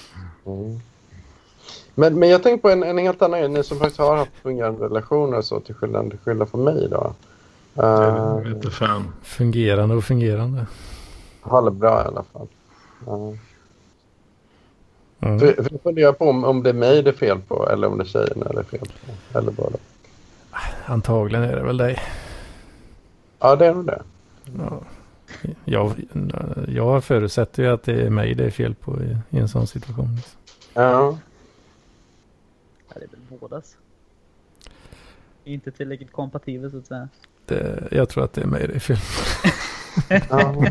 Men, men jag tänker på en, en helt annan, ni som faktiskt har haft fungerande relationer så till skillnad, till skillnad från mig då. Jag vet inte fan. Fungerande och fungerande. Halvbra i alla fall. Uh. Mm. För, för jag funderar på om, om det är mig det är fel på eller om det är tjejerna det är fel på. Eller bara. Antagligen är det väl dig. Ja, det är nog det. Ja. Jag, jag förutsätter ju att det är mig det är fel på i, i en sån situation. Ja. Det är väl bådas. Inte tillräckligt kompatibel så att säga. Det, jag tror att det är mig det är fel på. Ja.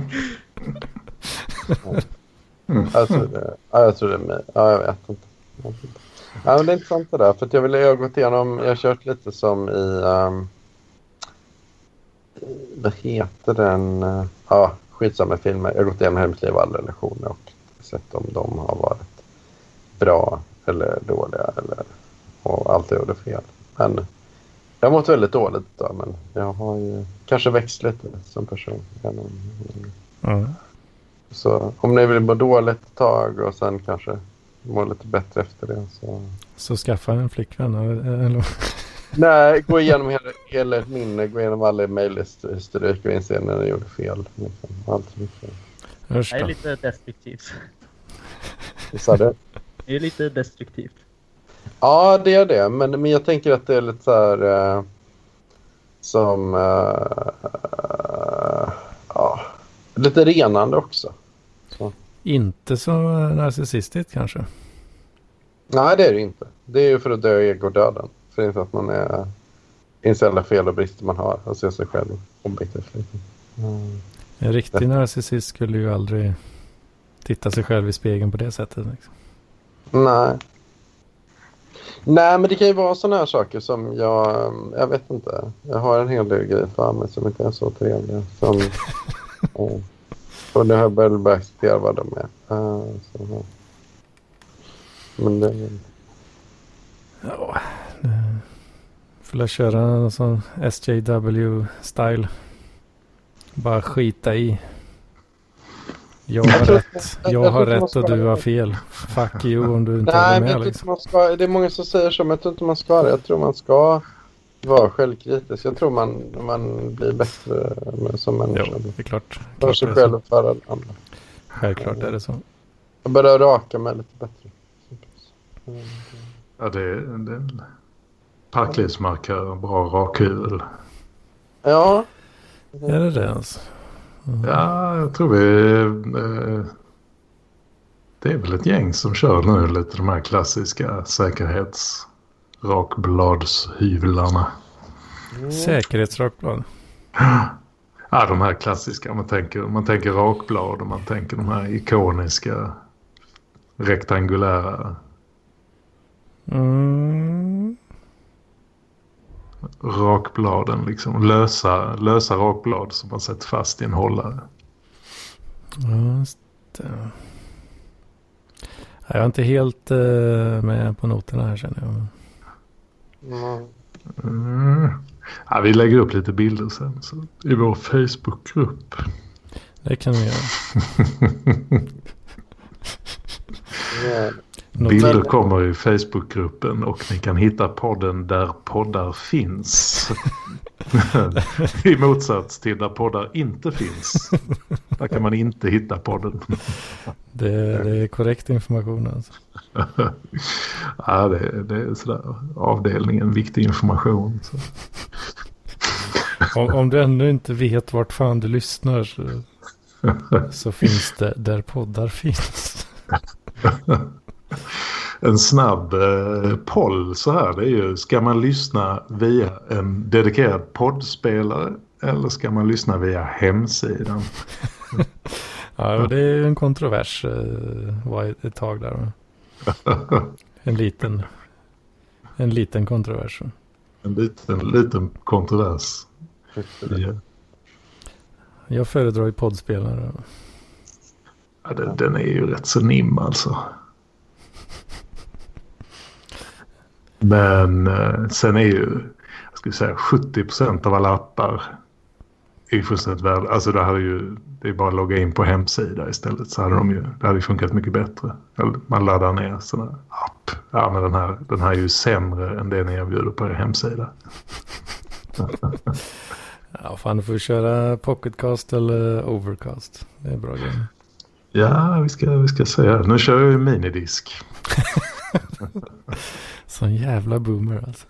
Mm. Jag tror det. Ja, jag tror det är mig. Ja, jag vet inte. Jag vet inte. Ja, men det är intressant det där. För att jag ville jag gått igenom, jag har kört lite som i, um, vad heter den? Uh, ja, skitsamma filmer. Jag har gått igenom Hemligt liv och alla relationer och sett om de har varit bra eller dåliga eller och allt jag gjorde fel. Men jag har mått väldigt dåligt då, men jag har ju kanske växt lite som person. Mm. Så om ni vill må dåligt ett tag och sen kanske må lite bättre efter det så... Så skaffa en flickvän eller... Nej, gå igenom hela, hela ett minne, gå igenom alla mejlhistorik och inse när ni gjorde fel. Liksom. Allt mycket. Det är lite destruktivt. Vad sa du? Det är lite destruktivt. Ja, det är det. Men, men jag tänker att det är lite så här... Uh, som... Uh, uh, ja, lite renande också. Så. Inte så narcissistiskt kanske. Nej, det är det inte. Det är ju för att dö egodöden. För det är inte att man är inser alla fel och brister man har och ser sig själv objektivt. Mm. En riktig narcissist skulle ju aldrig titta sig själv i spegeln på det sättet. Liksom. Nej. Nej, men det kan ju vara sådana här saker som jag, jag vet inte. Jag har en hel del grejer för mig som inte är så trevliga. Som, uh, och nu har jag börjat börja acceptera vad de är. Uh, så, uh. Men det... Ja, får jag köra en sån S J W-style. Bara skita i. Jag har jag rätt, jag, jag har rätt och du har fel. Fuck you om du inte Nej, är med. Men liksom. man ska, det är många som säger så, men jag tror inte man ska det. Jag tror man ska vara självkritisk. Jag tror man, man blir bättre som människa. Jo, det är klart. För klart sig är själv och för alla andra. Självklart är det så. Jag börjar raka mig lite bättre. Ja, det är, det är en parklivsmarkör, bra rakhuvud. Ja. Är det det alltså? Mm. Ja, jag tror vi... Eh, det är väl ett gäng som kör nu lite de här klassiska säkerhetsrakbladshyvlarna. Mm. Säkerhetsrakblad? Ja, de här klassiska. Man tänker, man tänker rakblad och man tänker de här ikoniska rektangulära. Mm. Rakbladen liksom. Lösa, lösa rakblad som man sätter fast i en hållare. Just det. Jag är inte helt uh, med på noterna här, känner jag. Mm. Mm. Ja, vi lägger upp lite bilder sen så, i vår Facebookgrupp. Det kan vi göra. Yeah. Bilder kommer i Facebookgruppen och ni kan hitta podden där poddar finns. I motsats till där poddar inte finns. Där kan man inte hitta podden. Det, det är korrekt information alltså. Ja, det, det är sådär. Avdelningen, viktig information. Så. Om, om du ännu inte vet vart fan du lyssnar så, så finns det där poddar finns. En snabb eh, poll så här, det är ju, ska man lyssna via en dedikerad poddspelare eller ska man lyssna via hemsidan? Ja, det är en kontrovers eh, var ett tag där. En liten en liten kontrovers. En liten, liten kontrovers. Ja. Jag föredrar ju poddspelare. Ja, den, den är ju rätt så nim alltså. Men eh, sen är ju, jag skulle säga sjuttio procent av alla appar är ju fullständigt värd. Alltså det, hade ju, det är bara att logga in på hemsida istället så hade de ju, det hade ju funkat mycket bättre. Man laddar ner sådana app. Ja, men den här, den här är ju sämre än det ni erbjuder på er hemsida. Ja, fan, du får köra Pocketcast eller Overcast. Det är bra grej. Ja, vi ska, vi ska säga. Nu kör jag ju minidisk. Sån jävla boomer alltså.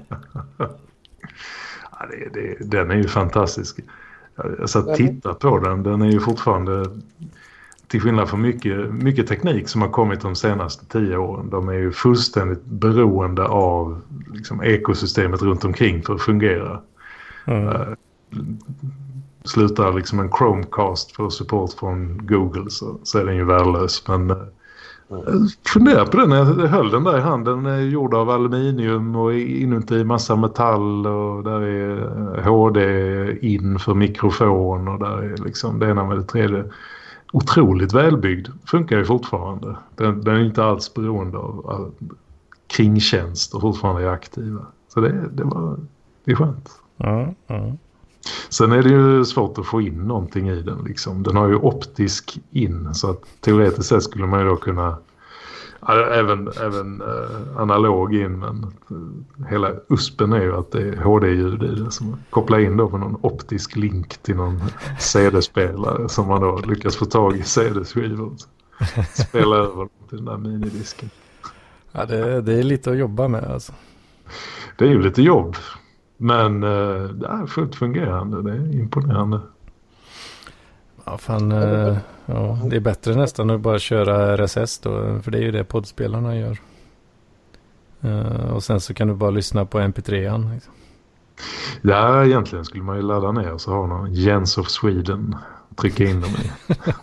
Ja, det, det, den är ju fantastisk. Jag satt och tittade på den. Den är ju fortfarande, till skillnad från mycket, mycket teknik som har kommit de senaste tio åren. De är ju fullständigt beroende av liksom, ekosystemet runt omkring för att fungera. Mm. Uh, slutar liksom en Chromecast för support från Google så, så är den ju värdelös. Men uh, jag funderar på den. Jag höll den där i handen. Den är gjord av aluminium och inuti massa metall och där är H D in för mikrofon och där är liksom det ena med det tredje. Otroligt välbyggd. Funkar ju fortfarande. Den, den är inte alls beroende av, av kringtjänst och fortfarande är aktiva. Så det, det, var, det är skönt. Mm, mm. Sen är det ju svårt att få in någonting i den. Liksom. Den har ju optisk in så att teoretiskt sett skulle man ju då kunna även, även eh, analog in men hela uspen är ju att det är H D-ljud i det som kopplar in då på någon optisk link till någon C D-spelare som man då lyckas få tag i C D-skivor spela över till den där minidisken. Ja, det, det är lite att jobba med alltså. Det är ju lite jobb. Men eh, det är fullt fungerande. Det är imponerande. Ja, fan, eh, ja, det är bättre nästan att bara köra R S S då, för det är ju det poddspelarna gör. Uh, och sen så kan du bara lyssna på M P tre-an. Liksom. Ja, egentligen skulle man ju ladda ner och så ha någon Jens of Sweden. Trycka in dem i.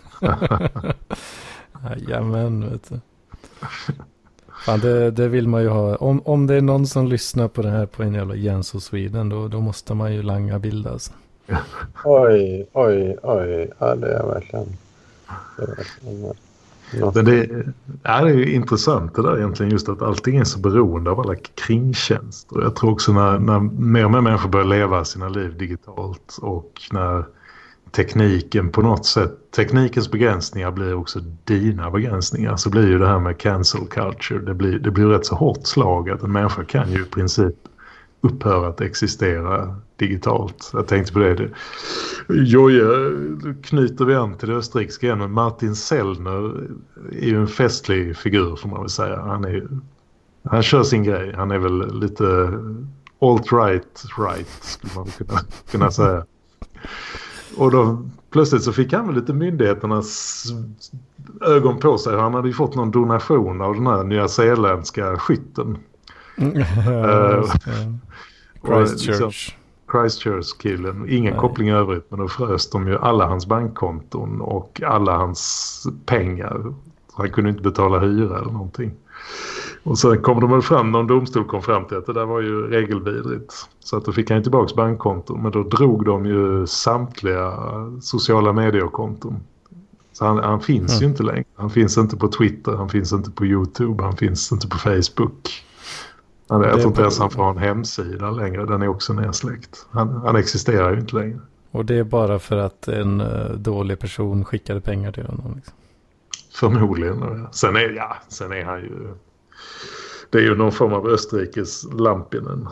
Jajamän, vet du. Fan, det, det vill man ju ha. Om, om det är någon som lyssnar på det här på en jävla Jens of Sweden, då, då måste man ju langa bild alltså. Oj, oj, oj. Ja, det är verkligen... Det är verkligen... Men det är ju intressant det där egentligen, just att allting är så beroende av alla kringtjänster. Jag tror också när, när mer och mer människor börjar leva sina liv digitalt och när tekniken på något sätt, teknikens begränsningar blir också dina begränsningar, så blir ju det här med cancel culture, det blir, det blir rätt så hårt slag att en människa kan ju i princip upphöra att existera digitalt. Jag tänkte på det. Joje, knyter vi an till det österrikiska igen. Martin Sellner är ju en festlig figur, får man väl säga. Han, är, han kör sin grej. Han är väl lite alt-right, right, skulle man kunna, kunna säga. Och då plötsligt så fick han väl lite myndigheternas ögon på sig. Han hade ju fått någon donation av den här nyzeeländska skytten. Mm. uh, Christchurch. Liksom, Christchurch-killen. Ingen Nej. koppling i övrigt, men då frös de ju alla hans bankkonton och alla hans pengar. Han kunde inte betala hyra eller någonting. Och sen kom de väl fram, någon domstol kom fram till att det där var ju regelvidrigt. Så att då fick han tillbaka bankkonton, men då drog de ju samtliga sociala mediekonton. Så han, han finns mm. ju inte längre. Han finns inte på Twitter, han finns inte på YouTube, han finns inte på Facebook. Han, jag tror inte ens han får en hemsida längre. Den är också nedsläckt. Han, han existerar ju inte längre. Och det är bara för att en uh, dålig person skickade pengar till honom. Liksom. Förmodligen. Sen är, ja, sen är han ju... Det är ju någon form av Österrikes Lampinen.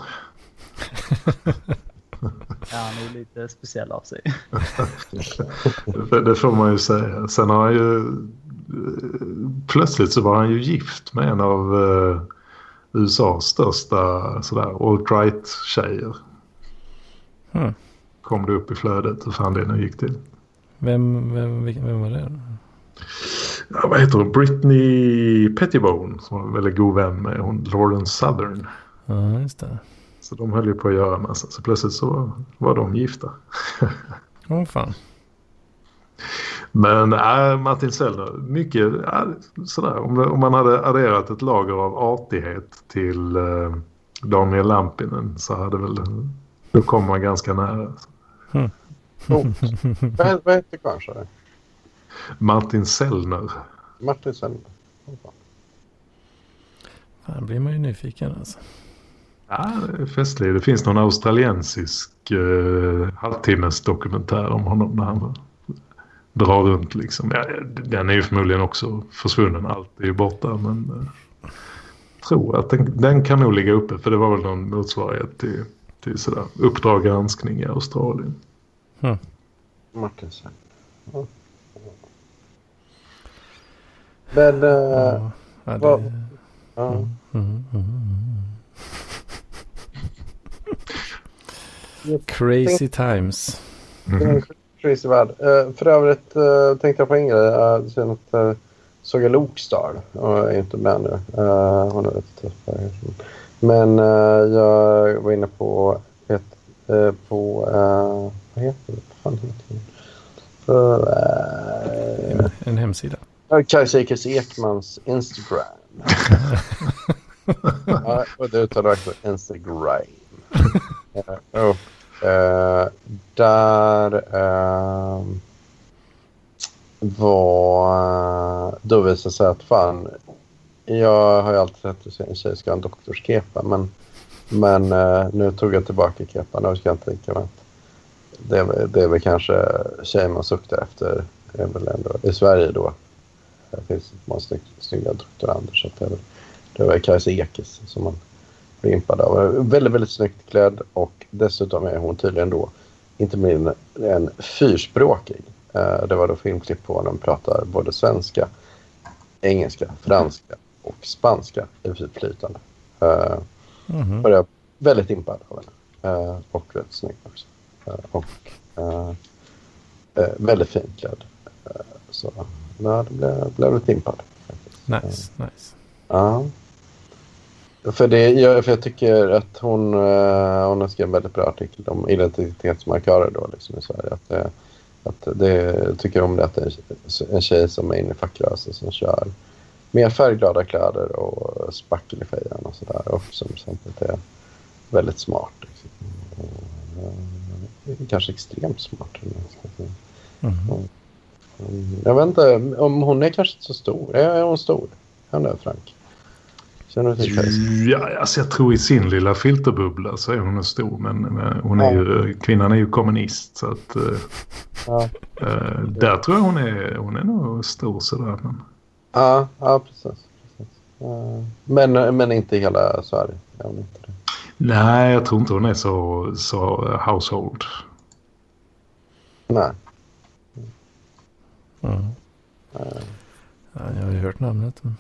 Ja, han är lite speciell av sig. det, det får man ju säga. Sen har han ju... Plötsligt så var han ju gift med en av... Uh, U S A:s största sådär alt-right-tjejer. Hmm. Kom det upp i flödet och fan det nu gick till. Vem, vem, vem var det? Ja, vad heter hon? Britney Pettibone, som var en väldigt god vän med hon, Lawrence Southern. Ja, just det. Så de höll ju på att göra en massa. Så plötsligt så var de gifta. Åh oh, fan. Men äh, Martin Sellner, mycket äh, sådär, om, om man hade adderat ett lager av artighet till äh, Daniel Lampinen så hade väl, då kommer man ganska nära. Mm. Oh. Vad, vad heter kanske det? Martin Sellner. Martin Sellner. Oh, fan. Fan, blir man ju nyfiken alltså. Ja, det är festligt. Det finns någon australiensisk äh, halvtimmes dokumentär om honom när han drar runt liksom. Ja, den är ju förmodligen också försvunnen. Allt är ju borta, men jag tror att den, den kan nog ligga uppe, för det var väl någon motsvarighet till, till sådär Uppdrag granskning i Australien. Mm. Martin Sellner. Ja. Men uh, ja, det... vad... Ja. Mm, mm, mm, mm. Crazy times. Mm. Crazy värld. Uh, för övrigt uh, tänkte jag på en grej. Uh, sen att uh, såg jag Lokstar. Och jag är inte med nu. Uh, hon är lite tuffare. Men uh, jag var inne på ett uh, på uh, vad heter det? Vad fan heter det? För, uh, en, en hemsida. Kajsa Ekmans Instagram. Ja, och det uttalar jag också Instagram. uh, oh. Uh, där uh, var då visade sig att fan, jag har ju alltid sett att en tjej ska ha en doktorskepa, men, men uh, nu tog jag tillbaka kepan och ska jag inte tänka mig att det är, det är väl kanske tjejer man suktar efter är väl ändå, i Sverige då. Det finns många snygga doktorander, så det, det var Kajsa Ekis som man blir impad av. Väldigt, väldigt snyggt klädd, och dessutom är hon tydligen då inte mindre än fyrspråkig. Det var då filmklipp på när de pratar både svenska, engelska, franska och spanska i flytande. Mm-hmm. Och jag är väldigt impad av henne. Och väldigt snygg också. Och Eh, väldigt fint klädd. Eh, så nej, det blev, blev lite impad. Nice, eh. nice. Ja. För, det, jag, för jag tycker att hon, eh, hon har skrivit en väldigt bra artikel om identitetsmarkörer då liksom i Sverige. Att, eh, att det tycker om det att det är en tjej som är inne i fackrörelsen som kör mer färgglada kläder och spackel i fejan och sådär. Och som samtidigt är väldigt smart. Liksom. Och, eh, kanske extremt smart. Mm. Och, jag vet inte om hon är kanske inte så stor. Är hon stor? Är hon där, Frank? Känner du till ja, alltså jag tror i sin lilla filterbubbla så är hon stor. Men, men hon är ja. ju, kvinnan är ju kommunist. Så att, ja. äh, där tror jag hon är, hon är nog stor sådär. Men... Ja, ja, precis. precis. Uh, men, men inte i hela Sverige. Är hon inte det? Nej, jag tror inte hon är så, så household. Nej. Mm. Uh. Ja, jag har ju hört namnet. Men...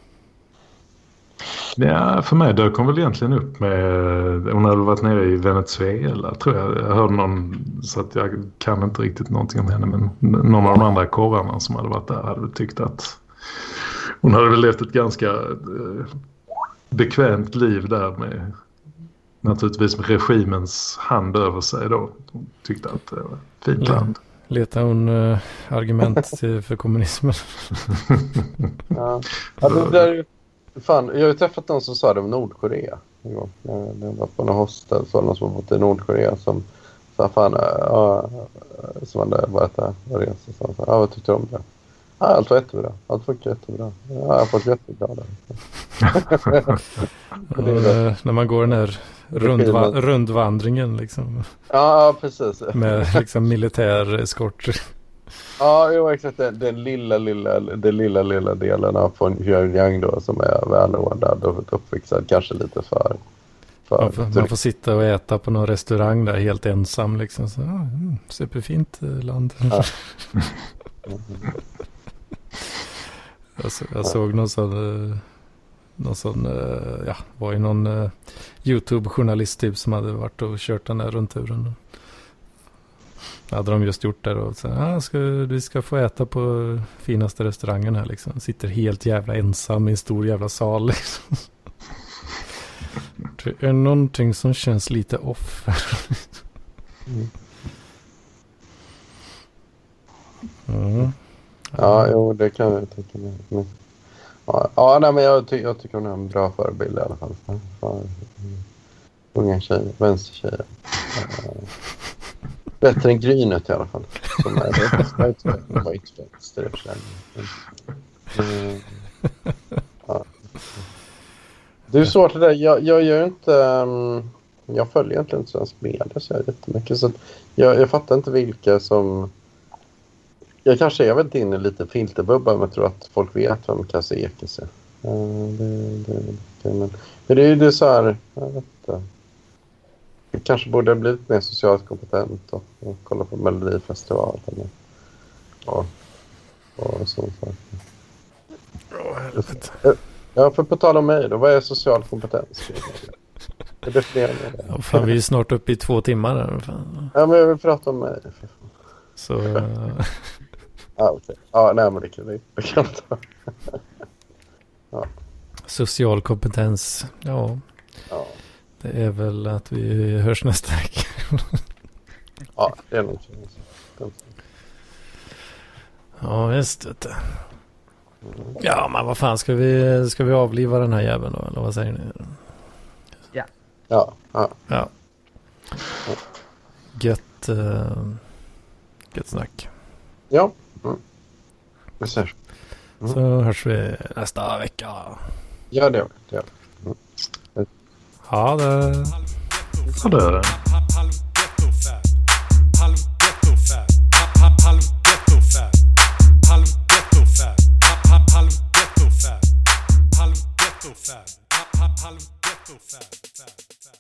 Ja, för mig dök hon väl egentligen upp med... Hon hade varit nere i Venezuela, tror jag. Jag hörde någon, så att jag kan inte riktigt någonting om henne. Men någon av de andra korrarna som hade varit där hade väl tyckt att... Hon hade väl levt ett ganska eh, bekvämt liv där med... Naturligtvis med regimens hand över sig då. Hon tyckte att det var ett fint ja. land. Letar hon uh, argument till, för kommunismen? ja. Ja, det där, fan, jag har ju träffat någon som sa det om Nordkorea. Jag var på en hostel, så någon som har bott i Nordkorea som sa fan, ja, som hade varit där och rest och så, ja, vad tyckte du om det? Ja, allt var jättebra. Allt var jättebra. Ja, jag har fått jättebra där. och, uh, när man går den här rundva- rundvandringen liksom. Ja, precis. Med liksom militär eskort. Ja, jo, exakt. Den, den lilla, lilla, den lilla, lilla delen av Pyongyang då som är välordnad och uppfixad kanske lite för... för man, får, man får sitta och äta på någon restaurang där helt ensam liksom. Så, ja, mm, superfint land. Ja. jag, så, jag såg någon sån... Någon sån, ja, var ju någon uh, YouTube-journalist typ som hade varit och kört den där rundturen. Hade de just gjort det och så, ah, ska, vi ska få äta på finaste restaurangen här liksom. Sitter helt jävla ensam i en stor jävla sal liksom. Det är någonting som känns lite off. mm. Mm. Ja, jo, det kan jag tänka mig. Men... Ja, ja nej, men jag, ty- jag tycker hon är en bra förebild i alla fall. För, för, för unga tjejer, vänstertjejer. Uh, bättre än Grynet i alla fall. Som är det. Det var inte vänster i och för sig. Mm. Ja. Det är svårt det där. Jag, jag gör inte... Um, jag följer egentligen inte svensk media så jag jättemycket. Så jag, jag fattar inte vilka som... Jag kanske är väl inne lite filterbubba, men jag tror att folk vet vem Kasse Ekis är. Uh, det, det, det, men, men det är ju det så här, jag vet inte. Jag kanske borde ha blivit mer socialt kompetent och, och kolla på Melodifestivalen. Och, och sånt där. Oh, ja, för på tal om mig då, vad är social kompetens? Jag definierar det. Ja, fan, vi är snart uppe i två timmar här. Fan. Ja, men jag vill prata om mig. Så... Uh... Ja, okej. Ja, nej, men det kan vi det kan ta. Ja. Social kompetens, ja. Ja. Det är väl att vi hörs nästa vecka. Ja, det är nog så. Ja, visst. Vet du. Ja, men vad fan, ska vi, ska vi avliva den här jäveln då? Eller vad säger ni? Ja. Ja, ja. Ja. Gött, uh, gött snack. Ja. Mm. Vi ses. Mm. Så hörs vi nästa vecka. Ja, det gör vi. Mm. Ha det. Ha det. Halv ghetto fab, halv ghetto fab, fab, fab.